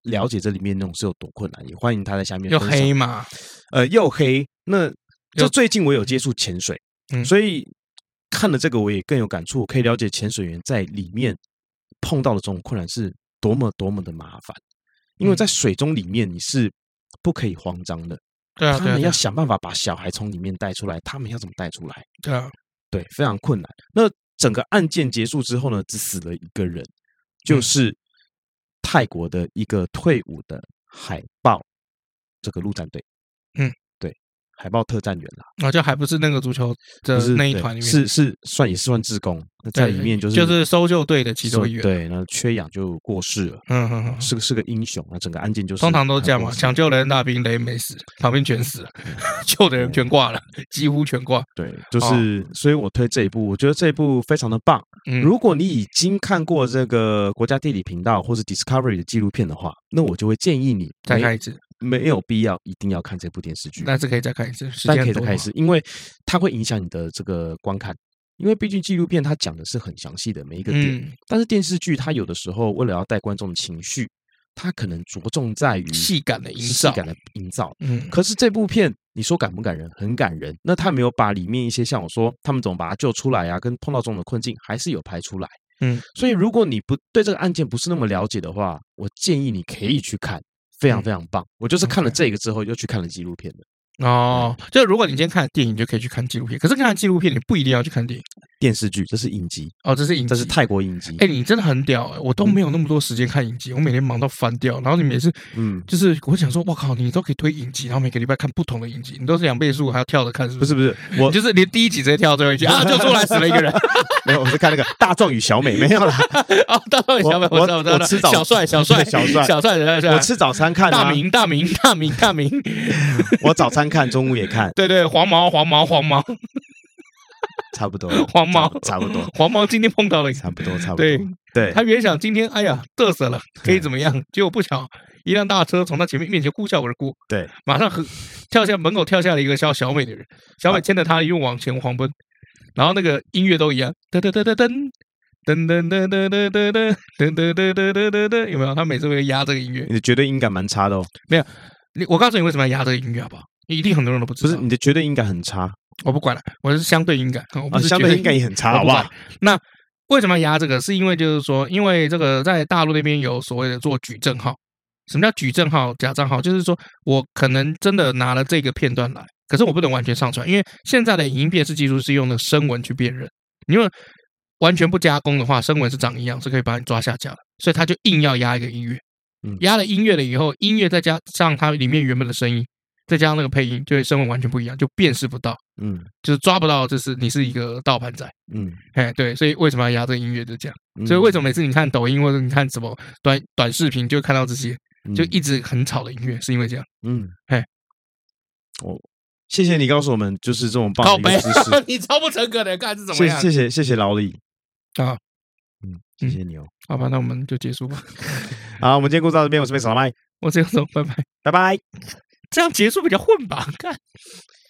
了解这里面内容是有多困难，也欢迎他在下面又黑嘛， 呃，又黑。那就最近我有接触潜水，嗯、所以看了这个我也更有感触，我可以了解潜水员在里面碰到的这种困难是多么多么的麻烦。因为在水中里面你是不可以慌张的， 对啊， 他们要想办法把小孩从里面带出来，他们要怎么带出来？ 对啊， 对，非常困难。那整个案件结束之后呢，只死了一个人，就是泰国的一个退伍的海豹这个陆战队，嗯，对，海豹特战员啦， 啊，就还不是那个足球的那一团里面， 是是算也是算志工，在里面就是就是搜救队的其中一员， 对，然后缺氧就过世了，嗯嗯嗯，是个是个英雄啊，整个案件就是通常都这样嘛，抢救人大兵雷没死，旁边全死了，救的人全挂了，几乎全挂， 对，就是所以我推这一部，我觉得这一部非常的棒。如果你已经看过这个国家地理频道或是 Discovery 的纪录片的话，那我就会建议你再看一次。 没有必要一定要看这部电视剧， 但是可以再看一次， 但可以再看一次，因为它会影响你的这个观看。因为毕竟纪录片它讲的是很详细的每一个点，嗯、但是电视剧它有的时候为了要带观众的情绪，它可能着重在于戏感的营造， 戏感的营造。嗯，可是这部片你说感不感人？很感人。那他没有把里面一些像我说他们怎么把它救出来啊，跟碰到这种的困境，还是有拍出来。嗯，所以如果你不对这个案件不是那么了解的话，我建议你可以去看。非常非常棒！我就是看了这个之后，又去看了纪录片的。 哦，就如果你今天看电影，就可以去看纪录片。可是看纪录片，你不一定要去看电影。 电视剧，这是影集哦，这是影集， 这是泰国影集。 哎，你真的很屌哎！我都没有那么多时间看影集，我每天忙到翻掉。然后你每次，嗯，就是我想说，我靠，你都可以推影集，然后每个礼拜看不同的影集，你都是两倍速，还要跳着看，是不是？不是不是，我就是连第一集直接跳最后一集啊，就出来死了一个人。 没有，我是看那个大壮与小美，没有啦。 哦，大壮与小美，我知道，我知道， 我吃早小帅，小帅， 小帅， 小帅， 我吃早餐看大明，大明，大明，大明。 我早餐看，中午也看。 对对，黄毛，黄毛，黄毛。 差不多， 黄毛差不多， 黄毛今天碰到了， 差不多，差不多。 对对， 他原想今天哎呀嘚瑟了，可以怎么样？结果不巧，一辆大车从他前面面前呼啸而过， 对， 马上跳下门口跳下了一个叫小美的人，小美牵着他一路往前狂奔，然后那个音乐都一样，噔噔噔噔噔噔噔噔噔噔噔噔噔噔噔噔噔噔，有没有？他每次会压这个音乐， 你的绝对音感蛮差的哦。 没有，你我告诉你为什么要压这个音乐好不好？一定很多人都不知道， 不是你的绝对音感很差。 我不管了，我是相对音感，我不是、 啊、相对音感也很差，好不好？ 那为什么要压这个？是因为就是说，因为这个在大陆那边有所谓的做矩阵号。什么叫矩阵号、假账号？就是说我可能真的拿了这个片段来，可是我不能完全上传，因为现在的影音辨识技术是用的声纹去辨认，因为完全不加工的话，声纹是长一样，是可以把你抓下架的，所以他就硬要压一个音乐，压了音乐了以后，音乐再加上它里面原本的声音。再加上那个配音，就声纹完全不一样，就辨识不到，嗯，就是抓不到，就是你是一个盗版仔，嗯，哎，对，所以为什么要压这个音乐就这样？嗯、所以为什么每次你看抖音或者你看什么短短视频，就会看到这些，就一直很吵的音乐，是因为这样，嗯，嘿， 哦，谢谢你告诉我们，就是这种棒的一个知识， 你超不诚恳的，看是怎么样？ 谢谢谢谢老李啊， 嗯，谢谢你哦， 好吧，那我们就结束吧。 好，我们今天故事到这边，我是贝斯老麦， 我是杨总，拜拜， 拜拜。 这样结束比较混吧？看。